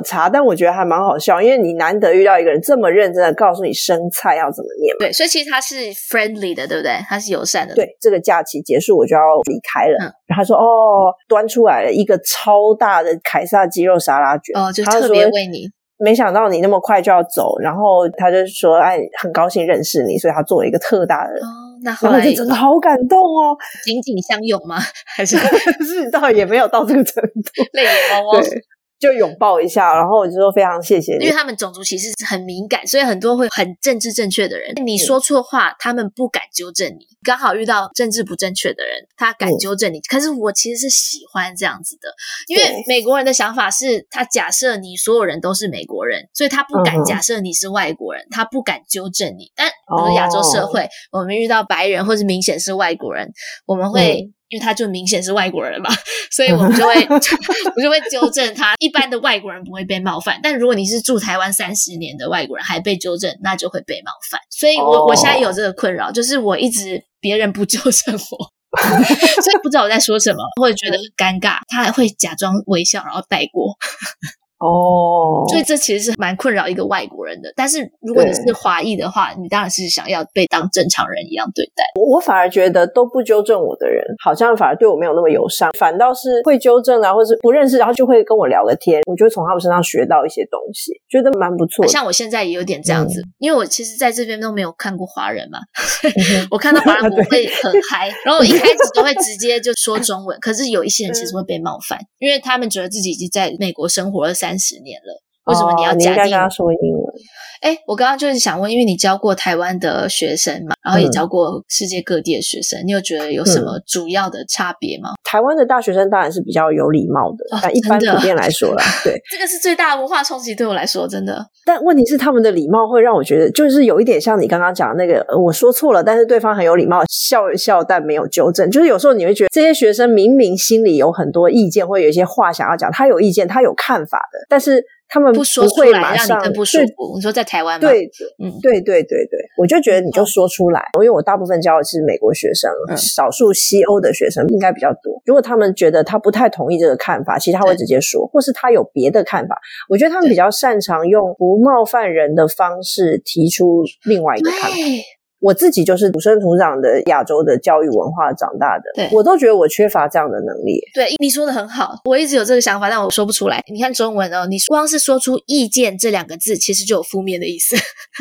查，但我觉得还蛮好笑，因为你难得遇到一个人这么认真的告诉你生菜要怎么念。 对，所以其实他是 friendly 的，对不对？他是友善的。 对，这个假期结束我就要离开了，然后他说端出来了一个超大的凯撒鸡肉沙拉卷， 就特别为你。 没想到你那么快就要走，然后他就说很高兴认识你，所以他做了一个特大的那后来就真的好感动哦， 紧紧相拥吗？还是是倒也没有到这个程度， 泪眼汪汪。 对，就拥抱一下，然后我就说非常谢谢你。 因为他们种族歧视很敏感，所以很多会很政治正确的人，你说错话他们不敢纠正你，刚好遇到政治不正确的人他敢纠正你。可是我其实是喜欢这样子的，因为美国人的想法是他假设你所有人都是美国人，所以他不敢假设你是外国人，他不敢纠正你。但比如亚洲社会我们遇到白人或是明显是外国人，我们会因为他就明显是外国人嘛，所以我们就会我就会纠正他。一般的外国人不会被冒犯，但如果你是住台湾30年的外国人还被纠正，那就会被冒犯。所以我现在有这个困扰，就是我一直别人不纠正我所以不知道我在说什么，或者觉得很尴尬，他还会假装微笑然后带过所以这其实是蛮困扰一个外国人的。但是如果你是华裔的话，你当然是想要被当正常人一样对待。 我反而觉得都不纠正我的人好像反而对我没有那么友善，反倒是会纠正啊，或是不认识然后就会跟我聊个天，我就会从他们身上学到一些东西，觉得蛮不错的。 像我现在也有点这样子，因为我其实在这边都没有看过华人嘛我看到华人我会很嗨然后一开始都会直接就说中文可是有一些人其实会被冒犯，因为他们觉得自己已经在美国生活了30年了，为什么你要假定你应该跟他说英文。 我刚刚就是想问，因为你教过台湾的学生嘛，然后也教过世界各地的学生，你有觉得有什么主要的差别吗？ 台湾的大学生当然是比较有礼貌的，但一般普遍来说啦对这个是最大的文化冲击对我来说，真的。 但问题是他们的礼貌会让我觉得就是有一点像你刚刚讲的那个我说错了，但是对方很有礼貌笑一笑但没有纠正，就是有时候你会觉得这些学生明明心里有很多意见，会有一些话想要讲，他有意见他有看法的，但是他们不说出来让你更不舒服。你说在台湾吗？ 对我就觉得你就说出来因为我大部分教的是美国学生少数西欧的学生应该比较多，如果他们觉得他不太同意这个看法，其实他会直接说，或是他有别的看法，我觉得他们比较擅长用不冒犯人的方式提出另外一个看法。我自己就是土生土长的亚洲的教育文化长大的， 对， 我都觉得我缺乏这样的能力。 对，你说的很好，我一直有这个想法，但我说不出来。你看中文你光是说出意见这2个字其实就有负面的意思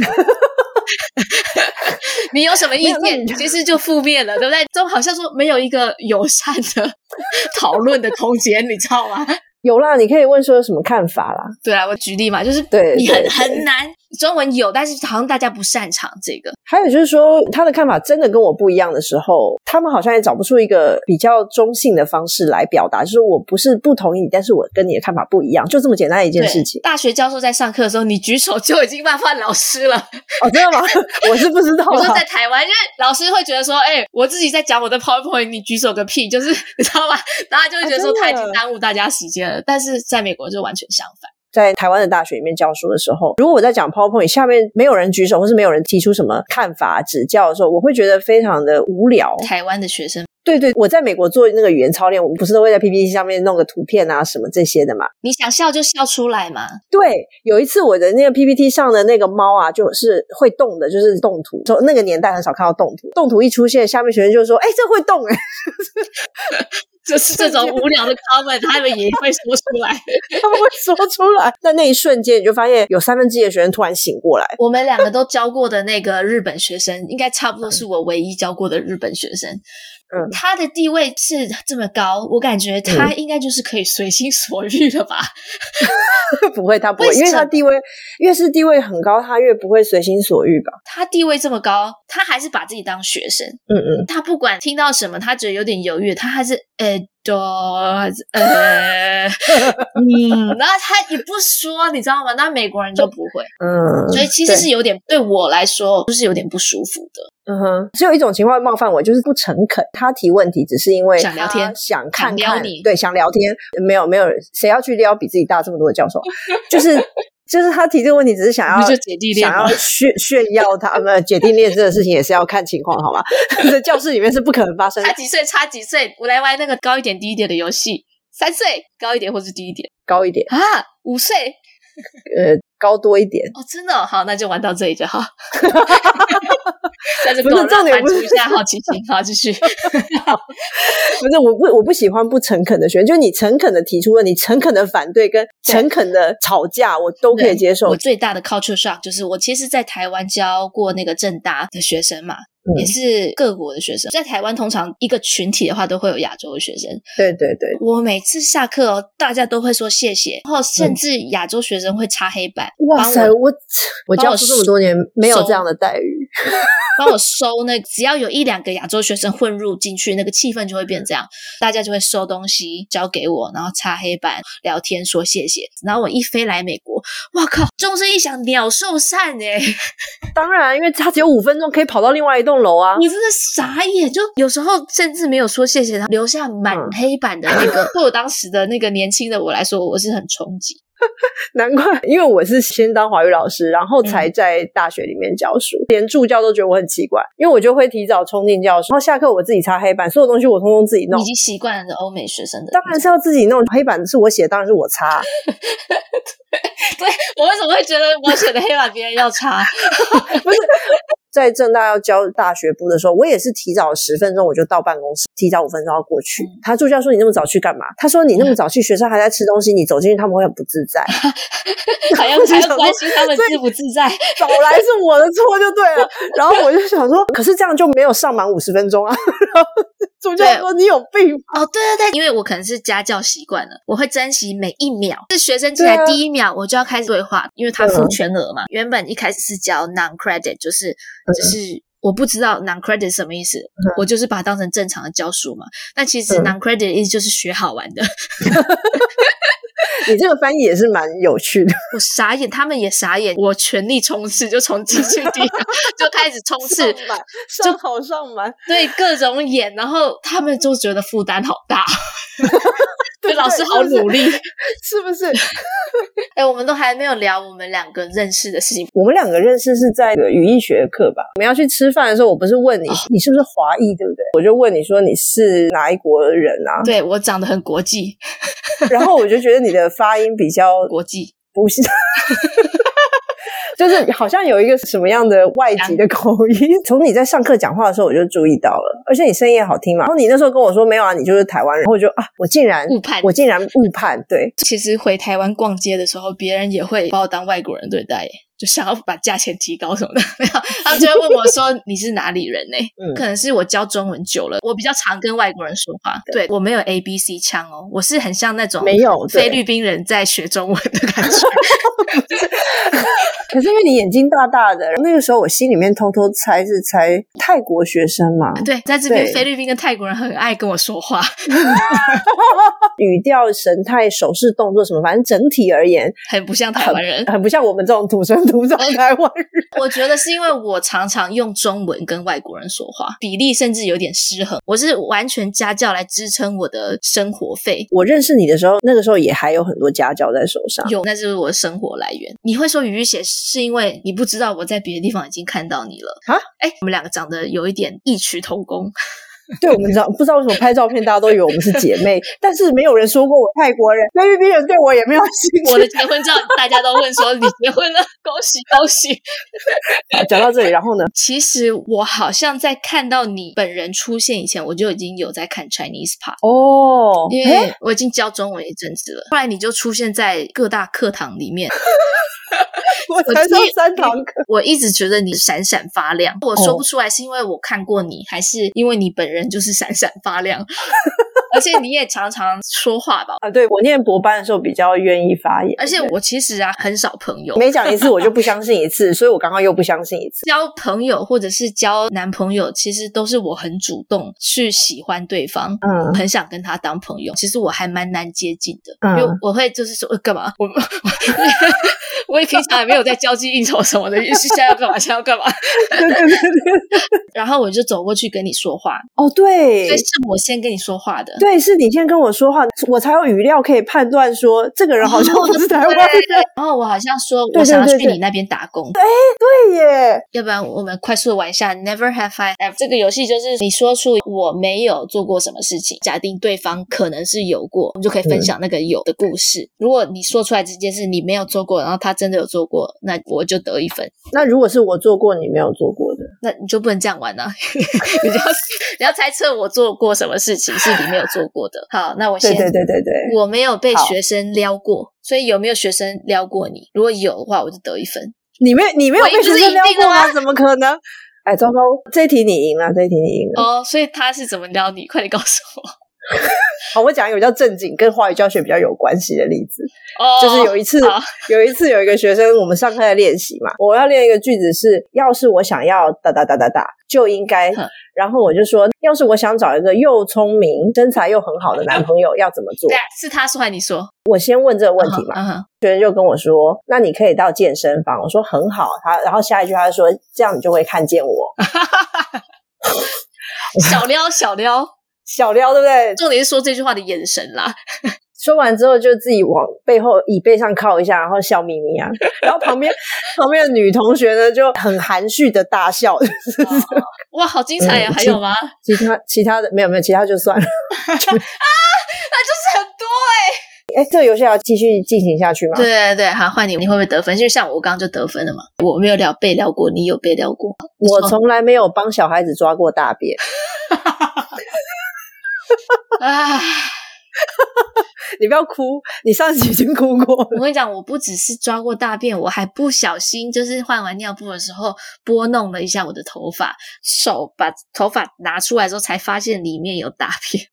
你有什么意见其实就负面了，对不对？就好像说没有一个友善的讨论的空间你知道吗？ 有啦，你可以问说有什么看法啦。 对啊，我举例嘛，就是你很难，中文有，但是好像大家不擅长这个。 还有就是说他的看法真的跟我不一样的时候，他们好像也找不出一个比较中性的方式来表达，就是我不是不同意你，但是我跟你的看法不一样，就这么简单的一件事情。 大学教授在上课的时候你举手就已经冒犯老师了真的吗？我是不知道我说在台湾，因为老师会觉得说我自己在讲我的 PowerPoint 你举手个屁，就是你知道吗？然后他就会觉得说他已经耽误大家时间了但是在美国就完全相反。 在台湾的大学里面教书的时候，如果我在讲 PowerPoint 下面没有人举手或是没有人提出什么看法指教的时候，我会觉得非常的无聊。 台湾的学生对，我在美国做那个语言操练，我们不是都会在 PPT 上面弄个图片啊什么这些的嘛， 你想笑就笑出来嘛。 对，有一次我的那个 PPT 上的那个猫啊就是会动的，就是动图，那个年代很少看到动图，动图一出现下面学生就说这会动就是这种无聊的 comment 他们也会说出来他们会说出来。在那一瞬间你就发现有1/3的学生突然醒过来。 我们2个都教过的那个日本学生应该差不多是我唯一教过的日本学生他的地位是这么高，我感觉他应该就是可以随心所欲的吧不会，他不会，因为他地位越是地位很高他越不会随心所欲吧。 他地位这么高他还是把自己当学生他不管听到什么他觉得有点犹豫他还是然后他也不说你知道吗？那美国人就不会所以其实是有点对我来说就是有点不舒服的只有一种情况冒犯我，就是不诚恳。他提问题只是因为想聊天想看看想撩你， 对，想聊天。没有谁要去撩比自己大这么多的教授就是他提这个问题只是想要就姐弟恋想要炫耀他们姐弟恋这个事情也是要看情况好吗在教室里面是不可能发生的。 差几岁我来玩那个高一点低一点的游戏，3岁高一点或是低一点高一点 5岁高多一点。 哦，真的好，那就玩到这里就好。但是不是重点， 满足一下好奇心，好继续。 不是我不喜欢不诚恳的学生，就是你诚恳的提出了，你诚恳的反对跟诚恳的吵架，我都可以接受。 我最大的 culture shock 就是我其实在台湾教过那个政大的学生嘛。也是各国的学生，在台湾通常一个群体的话都会有亚洲的学生。 对对对， 我每次下课大家都会说谢谢，然后甚至亚洲学生会擦黑板。 哇塞，我教书这么多年没有这样的待遇。 帮我收那只要有1-2个亚洲学生混入进去，那个气氛就会变这样，大家就会收东西交给我，然后擦黑板聊天说谢谢。然后我一飞来美国，哇靠，钟声一响鸟兽散耶。 当然，因为他只有5分钟可以跑到另外一栋楼啊。 你真的傻眼，就有时候甚至没有说谢谢他，留下满黑板的那个，对我当时的那个年轻的我来说，我是很冲击。 难怪，因为我是先当华语老师，然后才在大学里面教书，连助教都觉得我很奇怪，因为我就会提早冲进教室，然后下课我自己擦黑板，所有东西我通通自己弄。 已经习惯了欧美学生的， 当然是要自己弄，黑板是我写，当然是我擦。 对，我为什么会觉得我写的黑板别人要擦？ 不是。在政大要教大学部的时候，我也是提早10分钟我就到办公室，提早5分钟要过去。他助教说你那么早去干嘛？他说你那么早去，学生还在吃东西，你走进去他们会很不自在。 还要关心他们自不自在， 早来是我的错就对了。然后我就想说，可是这样就没有上满50分钟啊。然后助教说你有病哦，对对对，因为我可能是家教习惯了，我会珍惜每一秒。是学生进来第1秒，我就要开始对话，因为他付全额嘛。原本一开始是教 non-credit， 就是我不知道 non-credit 是什么意思，我就是把它当成正常的教书嘛。但其实 non-credit 的意思就是学好玩的。 你这个翻译也是蛮有趣的。 我傻眼，他们也傻眼，我全力冲刺，就从进去第一秒就开始冲刺， 上好上满， 对，各种演，然后他们就觉得负担好大。对，老师好努力， 是不是？ 我们都还没有聊我们2个认识的事情。 我们2个认识是在语义学课吧？我们要去吃饭的时候，我不是问你，你是不是华裔，对不对？我就问你说你是哪一国人啊？ 对，我长得很国际， 然后我就觉得你的发音比较国际， 不是。就是好像有一个什么样的外籍的口音，从你在上课讲话的时候我就注意到了，而且你声音也好听嘛。然后你那时候跟我说没有啊，你就是台湾人，然后我就我竟然误判。对， 其实回台湾逛街的时候，别人也会把我当外国人对待，就想要把价钱提高什么的。没有，他们就会问我说你是哪里人呢？可能是我教中文久了，我比较常跟外国人说话。对，我没有 ABC 腔哦，我是很像那种没有菲律宾人在学中文的感觉。 可是因为你眼睛大大的，那个时候我心里面偷偷猜是猜泰国学生嘛。 对，在这边菲律宾跟泰国人很爱跟我说话。 语调、神态、手势、动作什么，反正整体而言很不像台湾人， 很不像我们这种土生土长的台湾人。 我觉得是因为我常常用中文跟外国人说话，比例甚至有点失衡。我是完全家教来支撑我的生活费。 我认识你的时候，那个时候也还有很多家教在手上。 有，那就是我的生活来源。你会说语义学是因为你不知道我在别的地方已经看到你了啊？我们2个长得有一点异曲同工。 对，我们不知道为什么拍照片大家都以为我们是姐妹，但是没有人说过我泰国人，菲律宾人对我也没有兴趣。 我的结婚照大家都问说你结婚了，恭喜恭喜。 讲到这里，然后呢？ 其实我好像在看到你本人出现以前，我就已经有在看 Chinese Pot 哦， 因为我已经教中文一阵子了。后来你就出现在各大课堂里面。 我才上3堂课， 我一直觉得你闪闪发亮，我说不出来是因为我看过你，还是因为你本人就是闪闪发亮。而且你也常常说话吧？ 对，我念博班的时候比较愿意发言， 而且我其实很少朋友， 每讲一次我就不相信一次，所以我刚刚又不相信一次。 交朋友或者是交男朋友，其实都是我很主动去喜欢对方，很想跟他当朋友。其实我还蛮难接近的，因为我会就是说干嘛？ 我也平常也没有在交际应酬什么的，现在要干嘛现在要干嘛然后我就走过去跟你说话。 哦对， 所以是我先跟你说话的。 对，是你先跟我说话，我才有语料可以判断说这个人好像不是台湾人。 然后我好像说我想要去你那边打工。 对耶， 要不然我们快速的玩一下 Never Have I Ever 这个游戏，就是你说出我没有做过什么事情，假定对方可能是有过，我们就可以分享那个有的故事。如果你说出来这件事你没有做过，然后他真的有做过，那我就得1分。 那如果是我做过你没有做过的， 那你就不能这样玩啊你要猜测我做过什么事情是你没有做过的。好，那我先对， 我没有被学生撩过，所以有没有学生撩过你？如果有的话我就得1分。 你没有被学生撩过吗？怎么可能？哎，糟糕，这一题你赢了， 哦，所以他是怎么撩你？快点告诉我。 好，我讲一个比较正经跟华语教学比较有关系的例子。就是有一次有一个学生，我们上课在练习嘛，我要练一个句子是要是我想要哒哒哒哒哒就应该，然后我就说要是我想找一个又聪明身材又很好的男朋友要怎么做。 是他说还是你说？ 我先问这个问题嘛，学生就跟我说那你可以到健身房。我说很好，然后下一句他就说这样你就会看见我小撩对不对？ 重点是说这句话的眼神啦说完之后就自己往背后椅背上靠一下，然后笑眯眯啊。然后旁边的女同学呢就很含蓄的大笑哇好精彩啊还有吗？ 其他的没有其他就算了那就是很多这个游戏要继续进行下去吗？ 对，好，换你会不会得分？就像我刚刚就得分了嘛。我没有被撩过，你有被撩过？ 我从来没有帮小孩子抓过大便你不要哭，你上次已经哭过了。 我跟你讲，我不只是抓过大便，我还不小心就是换完尿布的时候拨弄了一下我的头发，手把头发拿出来之后才发现里面有大便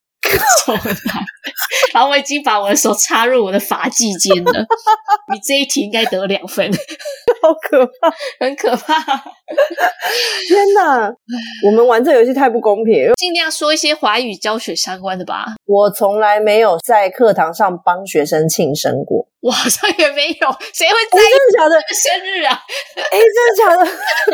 然后我已经把我的手插入我的发际间了你这一题应该得2分好可怕， 很可怕天哪我们玩这游戏太不公平， 尽量说一些华语教学相关的吧。 我从来没有在课堂上帮学生庆生过。 我好像也没有，谁会在意真的假的生日啊真的假的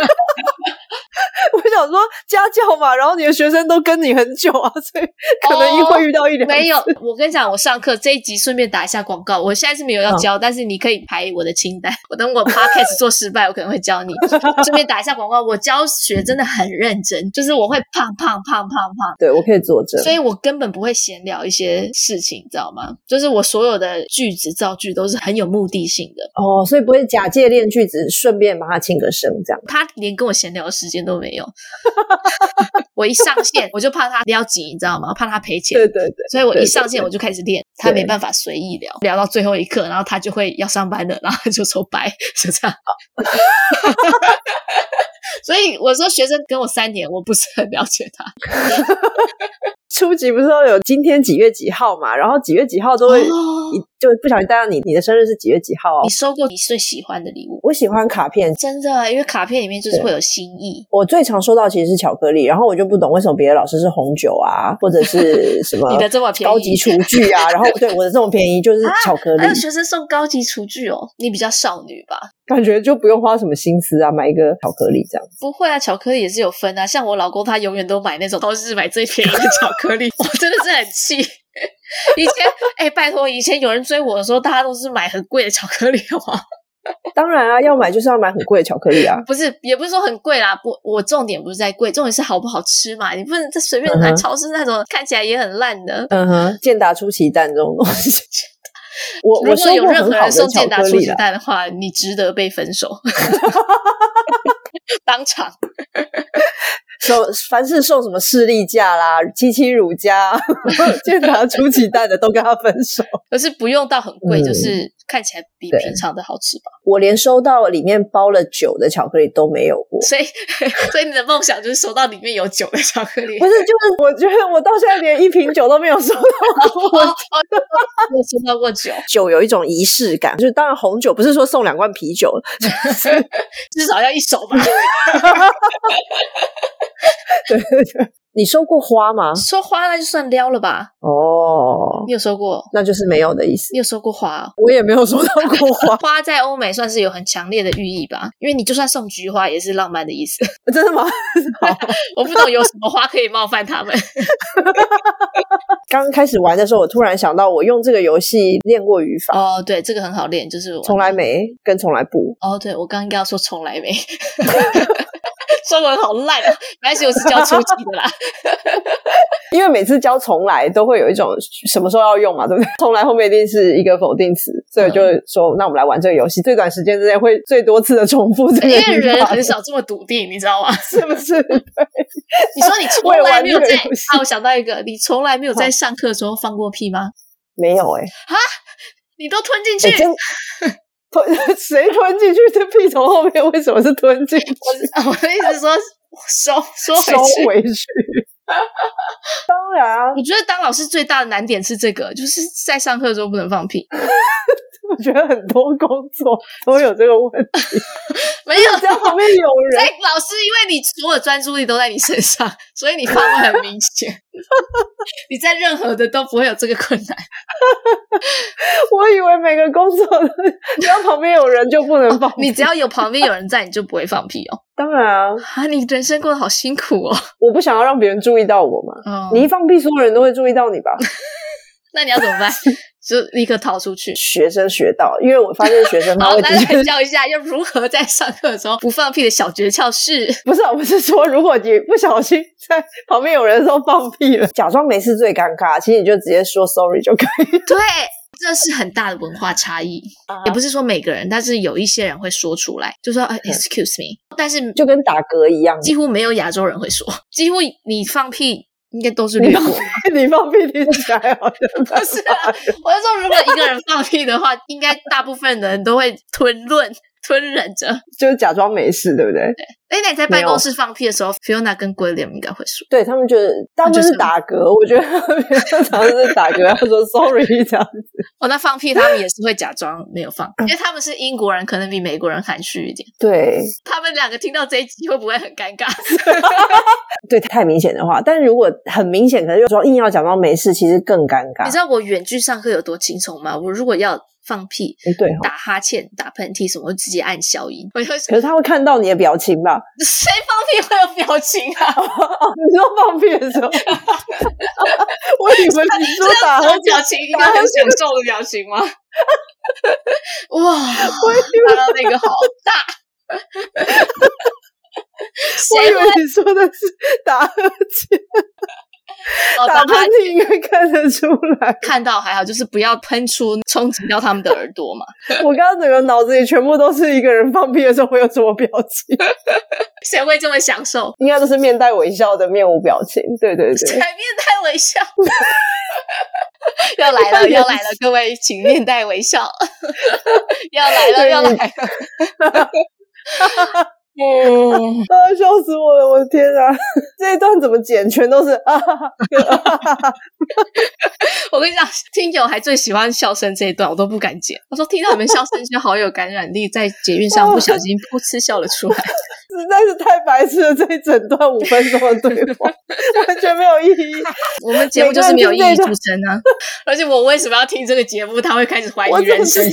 我想说家教嘛，然后你的学生都跟你很久啊，所以可能会遇到1-2次。 没有，我跟你讲，我上课这一集顺便打一下广告，我现在是没有要教但是你可以排我的清单，我等我 podcast 做失败我可能会教你顺便打一下广告。我教学真的很认真，就是我会胖， 对，我可以作证， 所以我根本不会闲聊一些事情，知道吗？就是我所有的句子造句都是很有目的性的所以不会假借练句子顺便帮他庆个生这样。 他连跟我闲聊的时间都没有我一上线我就怕他撩急你知道吗？怕他赔钱。 对， 所以我一上线我就开始练，他没办法随意聊到最后一刻，然后他就会要上班了，然后他就说拜，就这样所以我说学生跟我3年我不是很了解他初级不是都有今天几月几号嘛，然后几月几号都会就不小心带到你的生日是几月几号你收过你最喜欢的礼物？ 我喜欢卡片， 真的，因为卡片里面就是会有心意。 我最常收到其实是巧克力，然后我就不懂为什么别的老师是红酒啊，或者是什么你的这么便宜高级厨具啊然后对我的这种便宜就是巧克力还有学生送高级厨具你比较少女吧， 感觉就不用花什么心思啊，买一个巧克力这样。 不会啊，巧克力也是有分啊，像我老公他永远都买那种超市买最便宜的巧克力我真的是很气以前拜托，以前有人追我的时候大家都是买很贵的巧克力好吗？ 当然啊，要买就是要买很贵的巧克力啊。 不是，也不是说很贵啦，我重点不是在贵，重点是好不好吃嘛。你不能再随便买超市那种看起来也很烂的。 健达出奇蛋这种东西如果有任何人送健达出奇蛋的话，你值得被分手当场凡是送什么士力架啦、七七乳加健达出奇蛋的都跟他分手可是不用到很贵，就是看起来比平常的好吃吧。 我连收到里面包了酒的巧克力都没有过， 所以你的梦想就是收到里面有酒的巧克力。 不是，就是我觉得我到现在连1瓶酒都没有收到过我收到过酒。 酒有一种仪式感，就是当然红酒不是说送2罐啤酒至少要1手吧对， 你收过花吗？ 收花那就算撩了吧。 哦， 你有收过？ 那就是没有的意思。 你有收过花哦？ 我也没有收到过花。 花在欧美算是有很强烈的寓意吧，因为你就算送菊花也是浪漫的意思。 真的吗？ 我不懂有什么花可以冒犯他们。 刚开始玩的时候，我突然想到我用这个游戏练过语法。 哦，对，这个很好练，就是从来没跟从来不。 哦，对，我刚刚应该要说从来没。中文好烂啊，没关系，我是教初级的啦。 因为每次教从来都会有一种什么时候要用嘛，对不对？从来后面一定是一个否定词，所以我就说，那我们来玩这个游戏，最短时间之内会最多次的重复这个语法。 因为人很少这么笃定，你知道吗？ 是不是？对。 你说你从来没有在我想到一个，你从来没有在上课的时候放过屁吗？ 没有欸。 哈？你都吞进去？ 谁吞进去？这屁从后面为什么是吞进去？ 我的意思是说收回去。当然， 我觉得当老师最大的难点是这个，就是在上课的时候不能放屁。 我觉得很多工作都有这个问题。 没有， 在旁边有人。 老师，因为你所有专注力都在你身上，所以你放会很明显。你在任何的都不会有这个困难。 我以为每个工作只要旁边有人就不能放屁。 你只要有旁边有人在，你就不会放屁哦。 当然啊，你人生过得好辛苦哦。 我不想要让别人注意到我嘛。你一放屁，所有人都会注意到你吧？ 那你要怎么办？就立刻逃出去。 学生学到，因为我发现学生他会直接教一下，要如何在上课的时候不放屁的小诀窍是？ 不是，我是说，如果你不小心在旁边有人的时候放屁了，假装没事最尴尬，其实你就直接说 sorry 就可以。 对。这是很大的文化差异，也不是说每个人，但是有一些人会说出来，就说excuse me， 但是就跟打嗝一样， 几乎没有亚洲人会说，几乎你放屁应该都是略过。 你放屁听起来好像不是啊，我就说如果一个人放屁的话，应该大部分的人都会吞忍着， 就是假装没事，对不对？ 对。那你在办公室放屁的时候 ，Fiona 跟 William 应该会说， 对他们觉得他们是打嗝，我觉得他们常常是打嗝，要说 sorry 这样子。 哦，那放屁他们也是会假装没有放，因为他们是英国人，可能比美国人含蓄一点。 对， 他们两个听到这一集会不会很尴尬？ 对，太明显的话，但如果很明显，可能就说硬要假装没事，其实更尴尬。 你知道我远距上课有多轻松吗？我如果要放屁、 对打哈欠、打喷嚏什么，我直接按消音。可是他会看到你的表情吧？ 谁放屁会有表情啊？ 你说放屁的时候，我以为你说打哈欠表情应该很享受的表情吗？哇，看到那个好大。 我以为你说的是打呵欠。打喷嚏应该看得出来， 看到还好，就是不要喷出冲击到他们的耳朵嘛。 我刚刚整个脑子里全部都是一个人放屁的时候会有什么表情， 谁会这么享受？ 应该都是面带微笑的面无表情。对对对， 谁面带微笑？要来了，要来了，各位请面带微笑。要来了，要来了。 笑死我了！我的天啊，这一段怎么剪？全都是我跟你讲，听友还最喜欢笑声这一段，我都不敢剪。我说听到你们笑声就好有感染力，在捷运上不小心噗嗤笑了出来。 实在是太白痴了，这一整段5分钟的对话完全没有意义。 我们节目就是没有意义出身啊！而且我为什么要听这个节目？他会开始怀疑人生。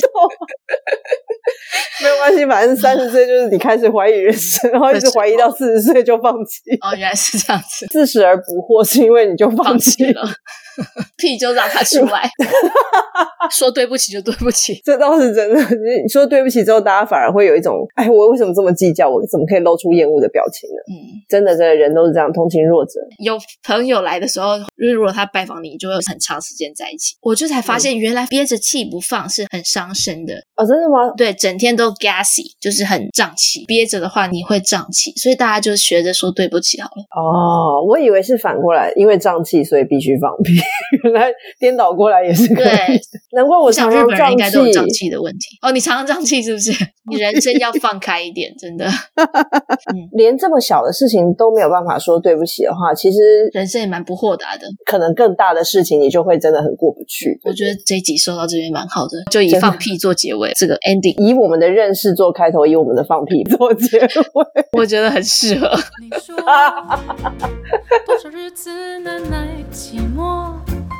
没有关系，反正30岁就是你开始怀疑人生，然后一直怀疑到40岁就放弃。 哦，原来是这样子。 40而不惑是因为你就放弃了。 屁就让他出来，说对不起就对不起， 这倒是真的。你说对不起之后，大家反而会有一种，哎，我为什么这么计较？我怎么可以露出厌恶的表情呢？真的，人都是这样，同情弱者。有朋友来的时候，如果他拜访你，就会有很长时间在一起。我就才发现，原来憋着气不放是很伤身的。 哦，真的吗？ 对，整天都 gassy， 就是很胀气。憋着的话，你会胀气，所以大家就学着说对不起好了。 哦，我以为是反过来，因为胀气所以必须放屁。原来颠倒过来也是可以。 对， 难怪我常常日本人应该都有胀气的问题。你常常胀气是不是？你人生要放开一点，真的。 连这么小的事情都没有办法说对不起的话，其实人生也蛮不豁达的。 可能更大的事情你就会真的很过不去。 我觉得这一集收到这边蛮好的，就以放屁做结尾，这个 ending 以我们的认识做开头，以我们的放屁做结尾， 我觉得很适合。 你说多少日子难耐寂寞，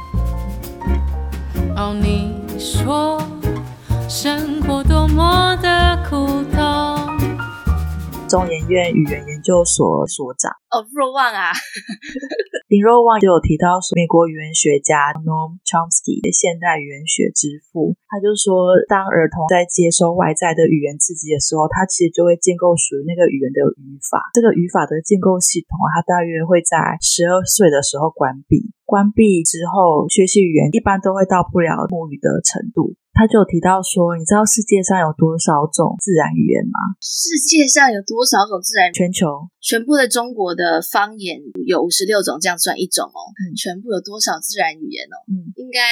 你说生活多么的苦痛。 中研院语言研究所所长若望啊林若望就有提到说，美国语言学家 Noam Chomsky 的现代语言学之父，他就说当儿童在接收外在的语言刺激的时候，他其实就会建构属于那个语言的语法。这个语法的建构系统它大约会在12岁的时候关闭之后，学习语言一般都会到不了母语的程度。他就有提到说，你知道世界上有多少种自然语言吗？ 世界上有多少种自然语言？ 全球全部的中国的方言有56种，这样算一种全部有多少自然语言应该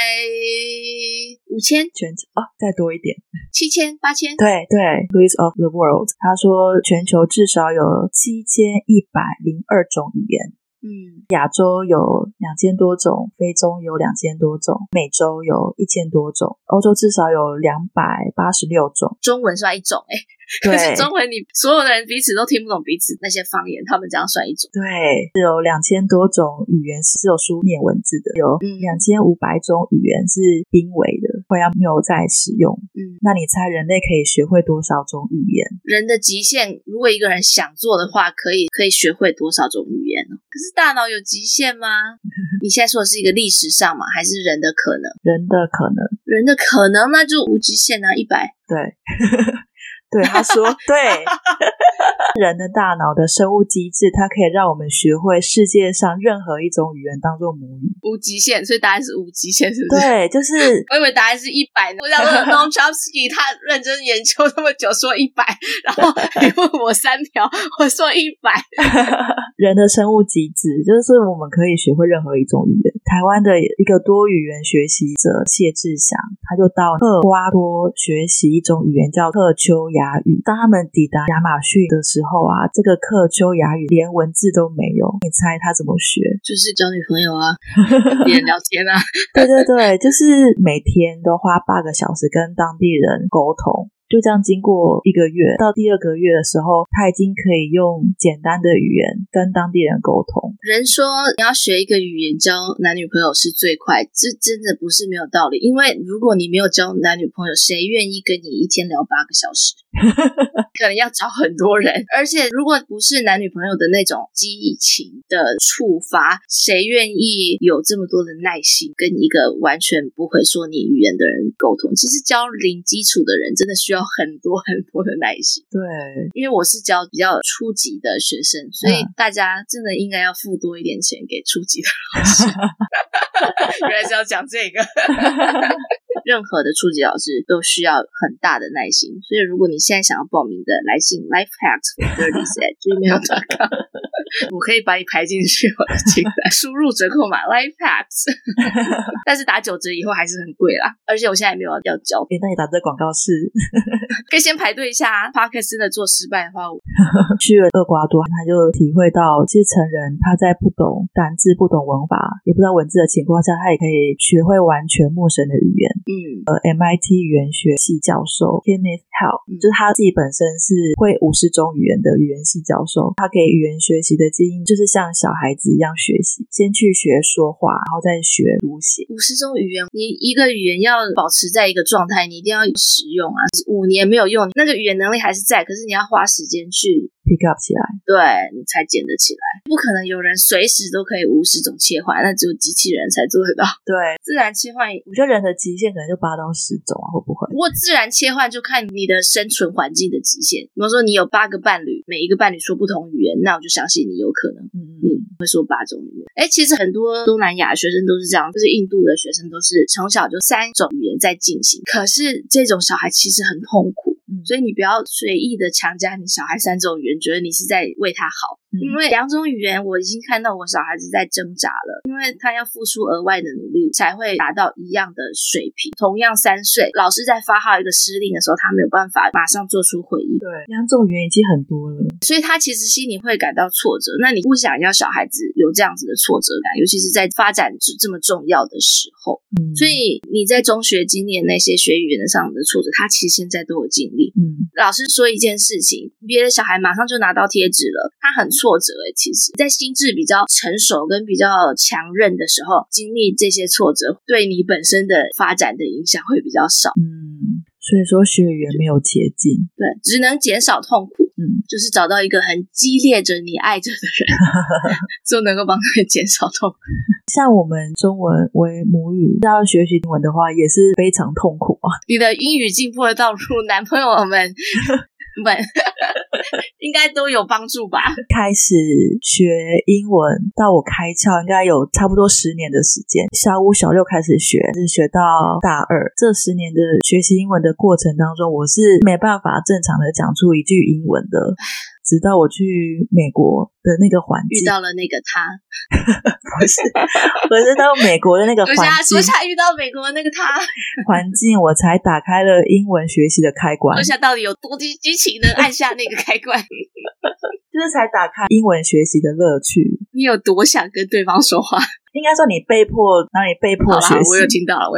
5000， 全球再多一点 7000、8000。 对 Louis of the World 他说全球至少有7102种语言。亚洲有2000多种，非洲有2000多种，美洲有1000多种，欧洲至少有286种。 中文算一种可是中文你所有的人彼此都听不懂彼此那些方言，他们这样算一种。 对，是有2000多种语言是有书面文字的，有2500种语言是濒危的，会要没有再使用。那你猜人类可以学会多少种语言？ 人的极限，如果一个人想做的话，可以学会多少种语言呢？可是大脑有极限吗？你现在说的是一个历史上吗？还是人的可能？ 人的可能。 人的可能那就无极限啊，100。 对对，他说对人的大脑的生物机制，它可以让我们学会世界上任何一种语言当做母语。 无极限，所以答案是无极限，是不是？ 对，就是我以为答案是100呢。我想说 Noam Chomsky 他认真研究那么久说100，然后你问我3条，我说100。 人的生物机制就是我们可以学会任何一种语言。台湾的一个多语言学习者谢志祥，他就到厄瓜多学习一种语言叫克丘亚语。当他们抵达亚马逊的时候这个克丘亚语连文字都没有，你猜他怎么学？ 就是交女朋友啊，跟别人聊天啊。 对对对，就是每天都花8个小时跟当地人沟通。就这样经过1个月，到第2个月的时候，他已经可以用简单的语言跟当地人沟通。 人说你要学一个语言交男女朋友是最快，这真的不是没有道理。因为如果你没有交男女朋友，谁愿意跟你一天聊8个小时？可能要找很多人，而且如果不是男女朋友的那种激情的触发，谁愿意有这么多的耐心跟一个完全不会说你语言的人沟通？其实教零基础的人真的需要很多很多的耐心。 对， 因为我是教比较初级的学生，所以大家真的应该要付多一点钱给初级的老师。原来是要讲这个。任何的初级老师都需要很大的耐心，所以如果你现在想要报名的，来信 lifehacks@gmail.com 我可以把你排进去我的清单，输入折扣码 lifehacks 但是打9折以后还是很贵啦，而且我现在也没有要教。 那你打这广告是可以先排队一下Podcast 真的做失败的话去了厄瓜多，他就体会到其实成人他在不懂单字不懂文法也不知道文字的情况下，他也可以学会完全陌生的语言。MIT 语言学系教授 Kenneth Hao，就是他自己本身是会50种语言的语言系教授，他给语言学习的建议就是像小孩子一样学习，先去学说话，然后再学读写。 50种语言，你一个语言要保持在一个状态，你一定要使用啊。5年没有用，那个语言能力还是在，可是你要花时间去 pick up 起来， 对，你才捡得起来。不可能有人随时都可以50种切换，那只有机器人才做得到。 对， 自然切换， 我觉得人的极限可能就8到10种会不会？ 不过自然切换就看你的生存环境的极限。比如说你有8个伴侣，每一个伴侣说不同语言，那我就相信你有可能你会说8种语言。其实很多东南亚学生都是这样，就是印度的学生都是从小就3种语言在进行，可是这种小孩其实很痛苦。所以你不要随意的强加你小孩3种语言，觉得你是在为他好。 因为两种语言我已经看到我小孩子在挣扎了，因为他要付出额外的努力才会达到一样的水平。同样3岁，老师在发号一个施令的时候，他没有办法马上做出回应。 对，两种语言已经很多了， 所以他其实心里会感到挫折。那你不想要小孩子有这样子的挫折感，尤其是在发展这么重要的时候。所以你在中学经历的那些学语言上的挫折，他其实现在都有经历。老师说一件事情，别的小孩马上就拿到贴纸了，他很挫折其实在心智比较成熟跟比较强韧的时候，经历这些挫折对你本身的发展的影响会比较少。 所以说学语言没有捷径， 对，只能减少痛苦。就是找到一个很激烈着你爱着的人就能够帮他减少痛苦。 像我们中文为母语要学习英文的话也是非常痛苦啊。 你的英语进步的道路，男朋友们应该都有帮助吧？ 开始学英文到我开窍应该有差不多10年的时间，小5小6开始学，是学到大2，这10年的学习英文的过程当中，我是没办法正常的讲出一句英文的，直到我去美国的那个环境遇到了那个他不是到美国的那个环境， 昨夏遇到美国的那个他环境，我才打开了英文学习的开关。 昨夏到底有多激情的按下那个开关就是才打开英文学习的乐趣。 你有多想跟对方说话？ 应该说你被迫学习。 我有听到了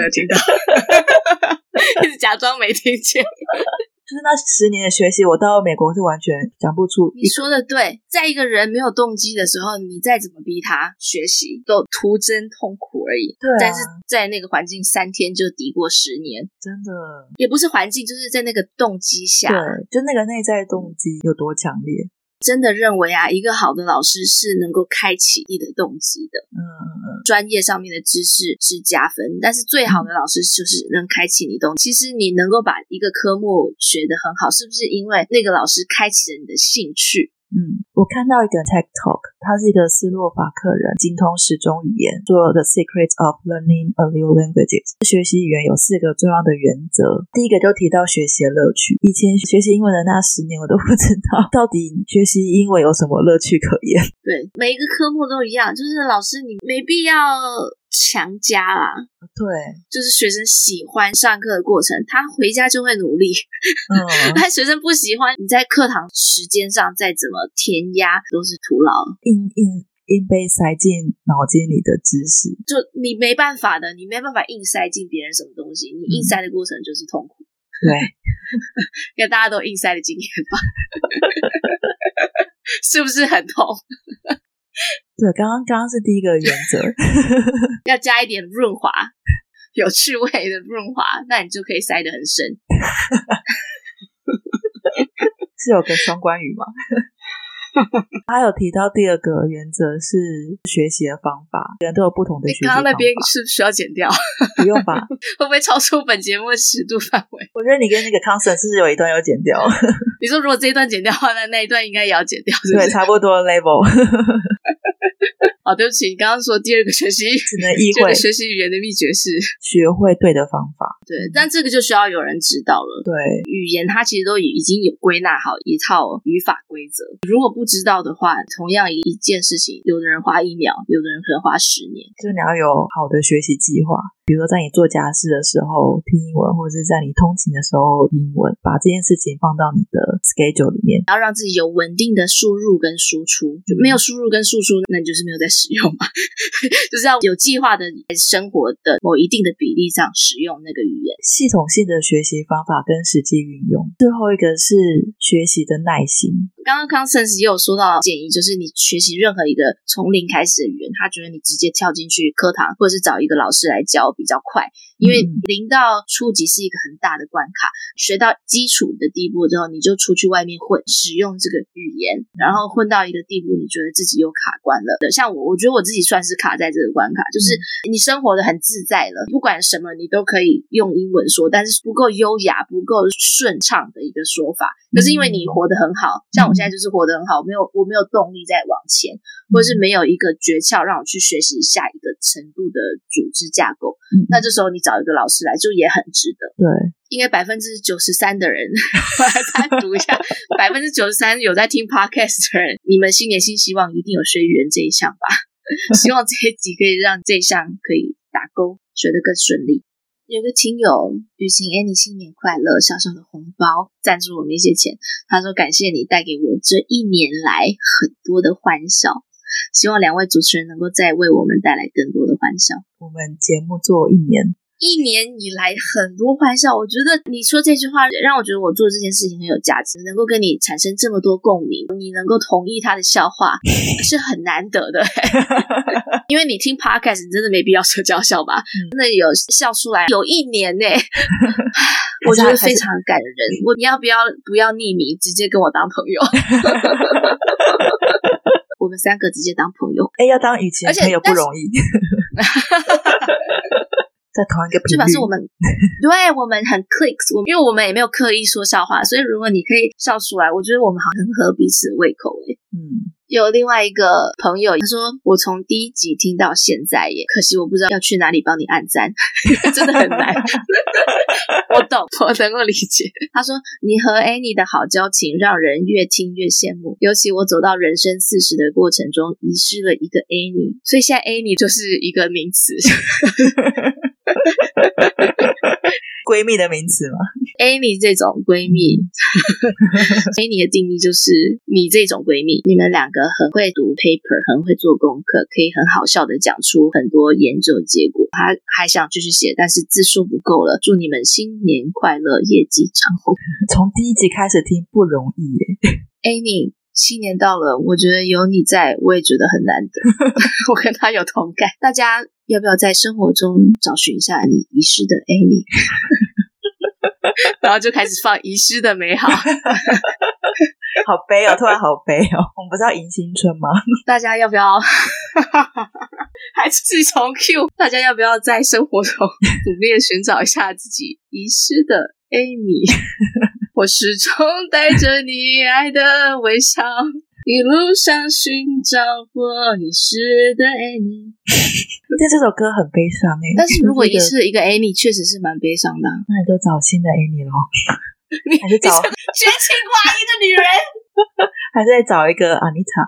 一直假装没听见就是那10年的学习，我到美国是完全讲不出。 你说的对，在一个人没有动机的时候，你再怎么逼他学习都徒增痛苦而已。 对但是在那个环境3天就敌过10年， 真的也不是环境，就是在那个动机下。 对，就那个内在动机有多强烈。 真的认为一个好的老师是能够开启你的动机的。专业上面的知识是加分，但是最好的老师就是能开启你动机。其实你能够把一个科目学得很好，是不是因为那个老师开启了你的兴趣？ 我看到一个 TED Talk， 他是一个斯洛伐克人，精通10种语言，做 The Secrets of Learning a New Languages。 学习语言有4个重要的原则，第一个就提到学习的乐趣。以前学习英文的那10年，我都不知道到底学习英文有什么乐趣可言。 对，每一个科目都一样，就是老师你没必要强加啦。 对， 就是学生喜欢上课的过程，他回家就会努力。但学生不喜欢，你在课堂时间上再怎么填鸭都是徒劳，硬被塞进脑筋里的知识，就你没办法的，你没办法硬塞进别人什么东西，你硬塞的过程就是痛苦。 对， 因为大家都硬塞的经验吧是不是很痛？ 对，刚刚是第一个原则要加一点润滑，有趣味的润滑，那你就可以塞得很深是有个双关语吗？他有提到第2个原则是学习的方法，人都有不同的学习方法。 刚刚那边是不是需要剪掉？ 不用吧会不会超出本节目的尺度范围？ 我觉得你跟那个 Constant 是有一段要剪掉你说如果这一段剪掉的话，那一段应该也要剪掉，是不是？ 对，差不多 level 对不起，你刚刚说第2个学习只能意会， 学习语言的秘诀是学会对的方法。 对，但这个就需要有人知道了。 对， 语言它其实都已经有归纳好一套语法规则，如果不知道的话，同样一件事情，有的人花1秒，有的人可能花10年。 就是你要有好的学习计划，比如说在你做家事的时候听英文，或者是在你通勤的时候听英文，把这件事情放到你的 schedule 里面， 要让自己有稳定的输入跟输出。就没有输入跟输出，那你就是没有在使用嘛就是要有计划的生活的某一定的比例上使用那个语言。 系统性的学习方法跟实际运用。最后一个是学习的耐心。 刚刚 Constance 也有说到建议，就是你学习任何一个从零开始的语言，他觉得你直接跳进去课堂或者是找一个老师来教比较快，因为0到初级是一个很大的关卡，学到基础的地步之后，你就出去外面混，使用这个语言，然后混到一个地步，你觉得自己又卡关了。像我觉得我自己算是卡在这个关卡，就是你生活的很自在了，不管什么你都可以用英文说，但是不够优雅不够顺畅的一个说法。可是因为你活得很好，像我现在就是活得很好，我没有动力再往前，或者是没有一个诀窍让我去学习下一个程度的组织架构，那这时候你找一个老师来就也很值得。 对， 因为93%的人我来再读一下93%有在听 podcast 的人，你们新年新希望一定有学语言这一项吧希望这一集可以让这一项可以打勾，学得更顺利。有个听友雨晴 Annie 新年快乐，小小的红包赞助我们一些钱，他说感谢你带给我这一年来很多的欢笑，希望两位主持人能够再为我们带来更多的欢笑。 我们节目做1年以来很多欢笑，我觉得你说这句话让我觉得我做这件事情很有价值，能够跟你产生这么多共鸣，你能够同意他的笑话是很难得的因为你听 podcast 你真的没必要社交笑吧，真的有笑出来有1年我觉得非常感人。你要不要匿名直接跟我当朋友我们3个直接当朋友， 要当雨晴朋友不容易在同一个频率， 就表示我们对我们很 clicks， 因为我们也没有刻意说笑话，所以如果你可以笑出来，我觉得我们好像很合彼此的胃口有另外一个朋友他说我从第1集听到现在耶，可惜我不知道要去哪里帮你按赞真的很难我懂，我能够理解。他说你和 Annie 的好交情让人越听越羡慕，尤其我走到人生40的过程中遗失了一个 Annie， 所以现在 Annie 就是一个名词闺蜜的名词吗？ Annie 这种闺蜜Annie 的定义就是你这种闺蜜，你们2个很会读 paper， 很会做功课，可以很好笑的讲出很多研究结果，他还想继续写，但是字数不够了，祝你们新年快乐，业绩长虹。 从第1集开始听不容易耶 Annie新年到了，我觉得有你在我也觉得很难得我跟他有同感，大家要不要在生活中找寻一下你遗失的 Annie 然后就开始放遗失的美好好悲哦，突然好悲哦。我们不是要迎新春吗？ 大家要不要还是从 Q， 大家要不要在生活中努力的寻找一下自己遗失的 Annie 我始终带着你爱的微笑，一路上寻找我遗失的 Annie 这首歌很悲伤但是如果遗失了一个 Annie 确实是蛮悲伤的那你就找新的 Annie 咯还是找绝情寡义的女人还是再找一个 Anita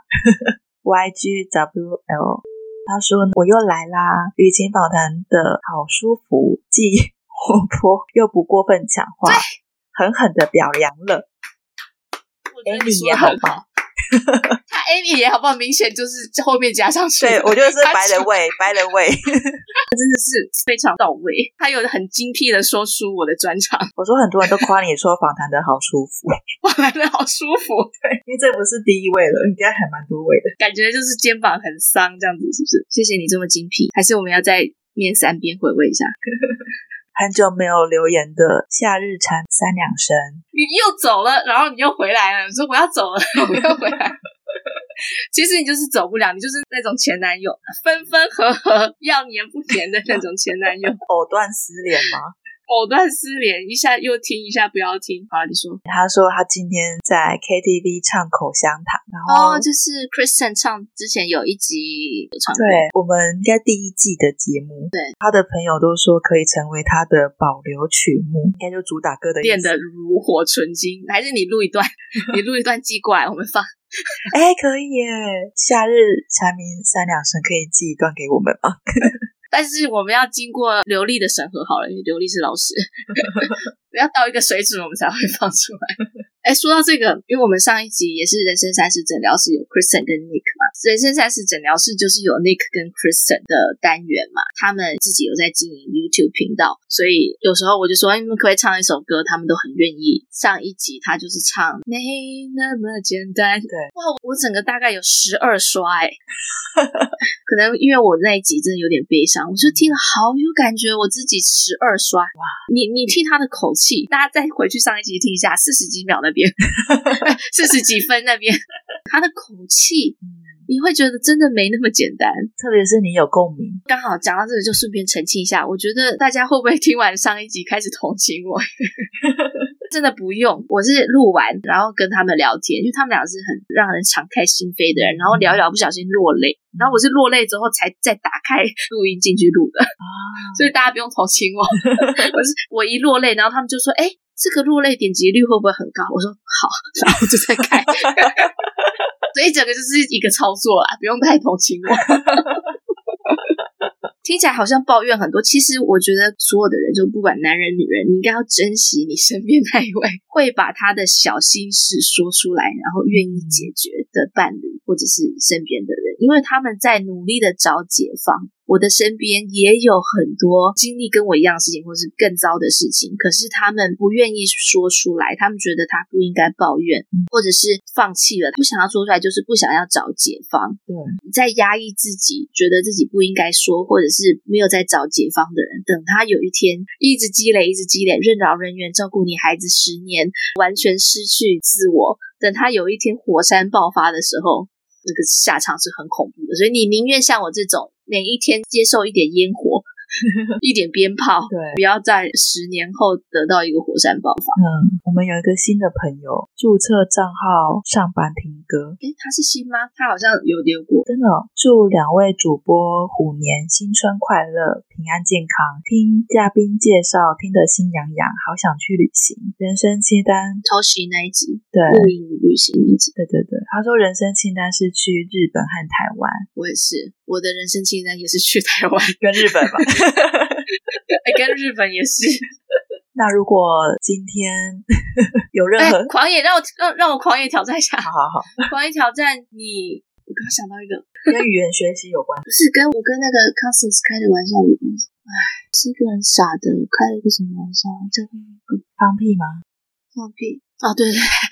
YGWL 他说我又来啦，雨晴访谈的好舒服，既活泼又不过分强化，狠狠的表扬了。Annie 也好棒他 Annie 也好棒，明显就是后面加上去。 对，我就是by the way 真的是非常到位，他有很精辟的说出我的专长。 我说很多人都夸你说访谈的好舒服访谈的好舒服， 对，因为这不是第1位了，应该还蛮多位的， 感觉就是肩膀很伤这样子，是不是？谢谢你这么精辟，还是我们要再念3遍回味一下很久没有留言的夏日蝉3两声， 你又走了，然后你又回来了，你说我要走了我又回来了其实你就是走不了，你就是那种前男友，分分合合要黏不黏的那种前男友藕断丝连吗？ 藕断丝连，一下又听一下不要听。好，你说。 他说他今天在 KTV 唱口香糖，然后就是 Kristen 唱之前有一集唱过， 对，我们应该第1季的节目， 对， 他的朋友都说可以成为他的保留曲目，应该就主打歌的意思， 变得炉火纯青。还是你录一段你录一段寄过来我们放可以耶，夏日蝉鸣3两声可以寄一段给我们吗但是我们要经过流利的审核好了，因为流利是老师要到一个水准我们才会放出来说到这个，因为我们上一集也是人生30诊疗室有 Kristen 跟 Nick 嘛，人生30诊疗室就是有 Nick 跟 Kristen 的单元嘛，他们自己有在经营 YouTube 频道，所以有时候我就说你们可不可以唱一首歌，他们都很愿意。上一集他就是唱没那么简单， 对， 哇，我整个大概有12刷可能因为我那一集真的有点悲伤，我就听了好有感觉，我自己12刷。哇，你听他的口气，大家再回去上一集听一下40几秒那边40几分那边他的口气你会觉得真的没那么简单， 特别是你有共鸣。 刚好讲到这个就顺便澄清一下，我觉得大家会不会听完上一集开始同情我真的不用，我是录完然后跟他们聊天，因为他们俩是很让人敞开心扉的人，然后聊一聊不小心落泪，然后我是落泪之后才再打开录音进去录的所以大家不用同情我我一落泪，然后他们就说这个落泪点击率会不会很高？我说好，然后就再开所以整个就是一个操作啦，不用太同情我听起来好像抱怨很多，其实我觉得所有的人，就不管男人女人，你应该要珍惜你身边那一位会把他的小心事说出来，然后愿意解决的伴侣或者是身边的人，因为他们在努力的找解放。我的身边也有很多经历跟我一样的事情，或是更糟的事情，可是他们不愿意说出来，他们觉得他不应该抱怨，或者是放弃了，不想要说出来，就是不想要找解放。 对， 在压抑自己，觉得自己不应该说，或者是没有在找解放的人，等他有一天一直积累，任劳任怨照顾你孩子10年，完全失去自我，等他有一天火山爆发的时候，那个下场是很恐怖的。所以你宁愿像我这种每一天接受一点烟火一点鞭炮， 对， 不要在10年后得到一个火山爆发。 我们有一个新的朋友注册账号上班听歌， 他是新吗？他好像有留过。 真的祝2位主播虎年新春快乐，平安健康，听嘉宾介绍听得心痒痒，好想去旅行。人生清单偷袭那一集， 对， 露营旅行那一集， 对，他说人生清单是去日本和台湾。 我也是，我的人生清单也是去台湾跟日本嘛跟日本也是那如果今天有任何狂野，让我狂野挑战一下。 好狂野挑战你，我刚想到一个跟语言学习有关， 不是跟那个 Constance 开的玩笑有关系。是一个很傻的，开了一个什么玩笑，叫放屁吗？ 放屁对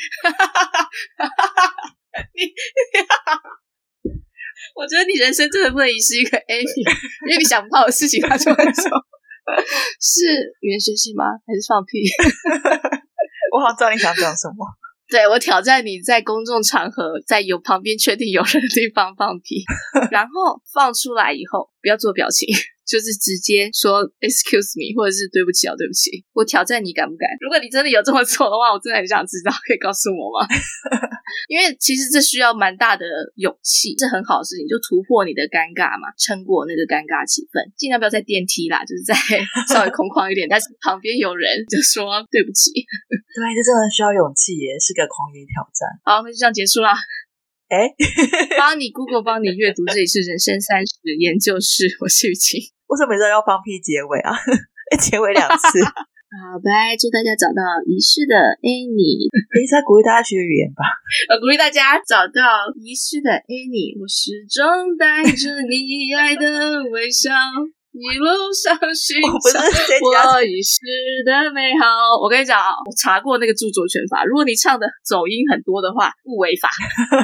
我觉得你人生真的不能遗失一个 Amy， 因为你想不到的事情他就会说是语言学习吗？还是放屁我好知道你想讲什么。 对，我挑战你在公众场合，在有旁边确定有人的地方放屁然后放出来以后不要做表情，就是直接说 excuse me 或者是对不起对不起。我挑战你敢不敢？如果你真的有这么做的话，我真的很想知道，可以告诉我吗因为其实这需要蛮大的勇气，是很好的事情，就突破你的尴尬嘛，撑过那个尴尬气氛。尽量不要在电梯啦，就是在稍微空旷一点但是旁边有人就说对不起对，这真的需要勇气耶，是个狂野挑战。 好，那就这样结束啦帮你 Google 帮你阅读，这里是人生30研究室，我是雨晴。 为什么每次要放屁结尾啊结尾2次好，拜，祝大家找到遗失的 Annie。 是在鼓励大家学语言吧鼓励大家找到遗失的 Annie。我始终带着你爱的微笑一路上寻找我遗失的美好。我跟你讲我查过那个著作权法，如果你唱的走音很多的话不违法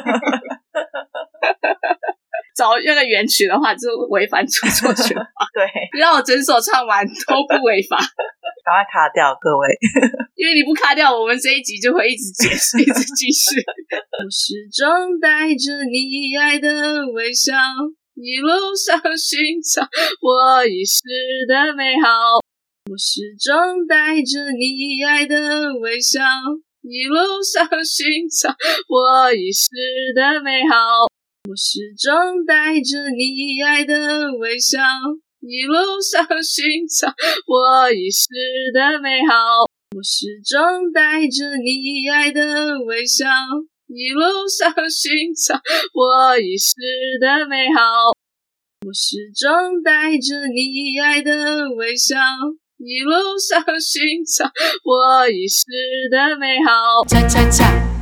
找那个原曲的话就违反著作权法对， 让我整首唱完都不违法赶快卡掉各位因为你不卡掉我们这一集就会一直解释一直继续我始终带着你爱的微笑一路上寻找我遗失的美好。我始终带着你爱的微笑一路上寻找我遗失的美好。我始终带着你爱的微笑一路上寻找我遗失的美好。我始终带着你爱的微笑一路上寻找我遗失的美好。我始终带着你爱的微笑一路上寻找我遗失的美好。恰恰恰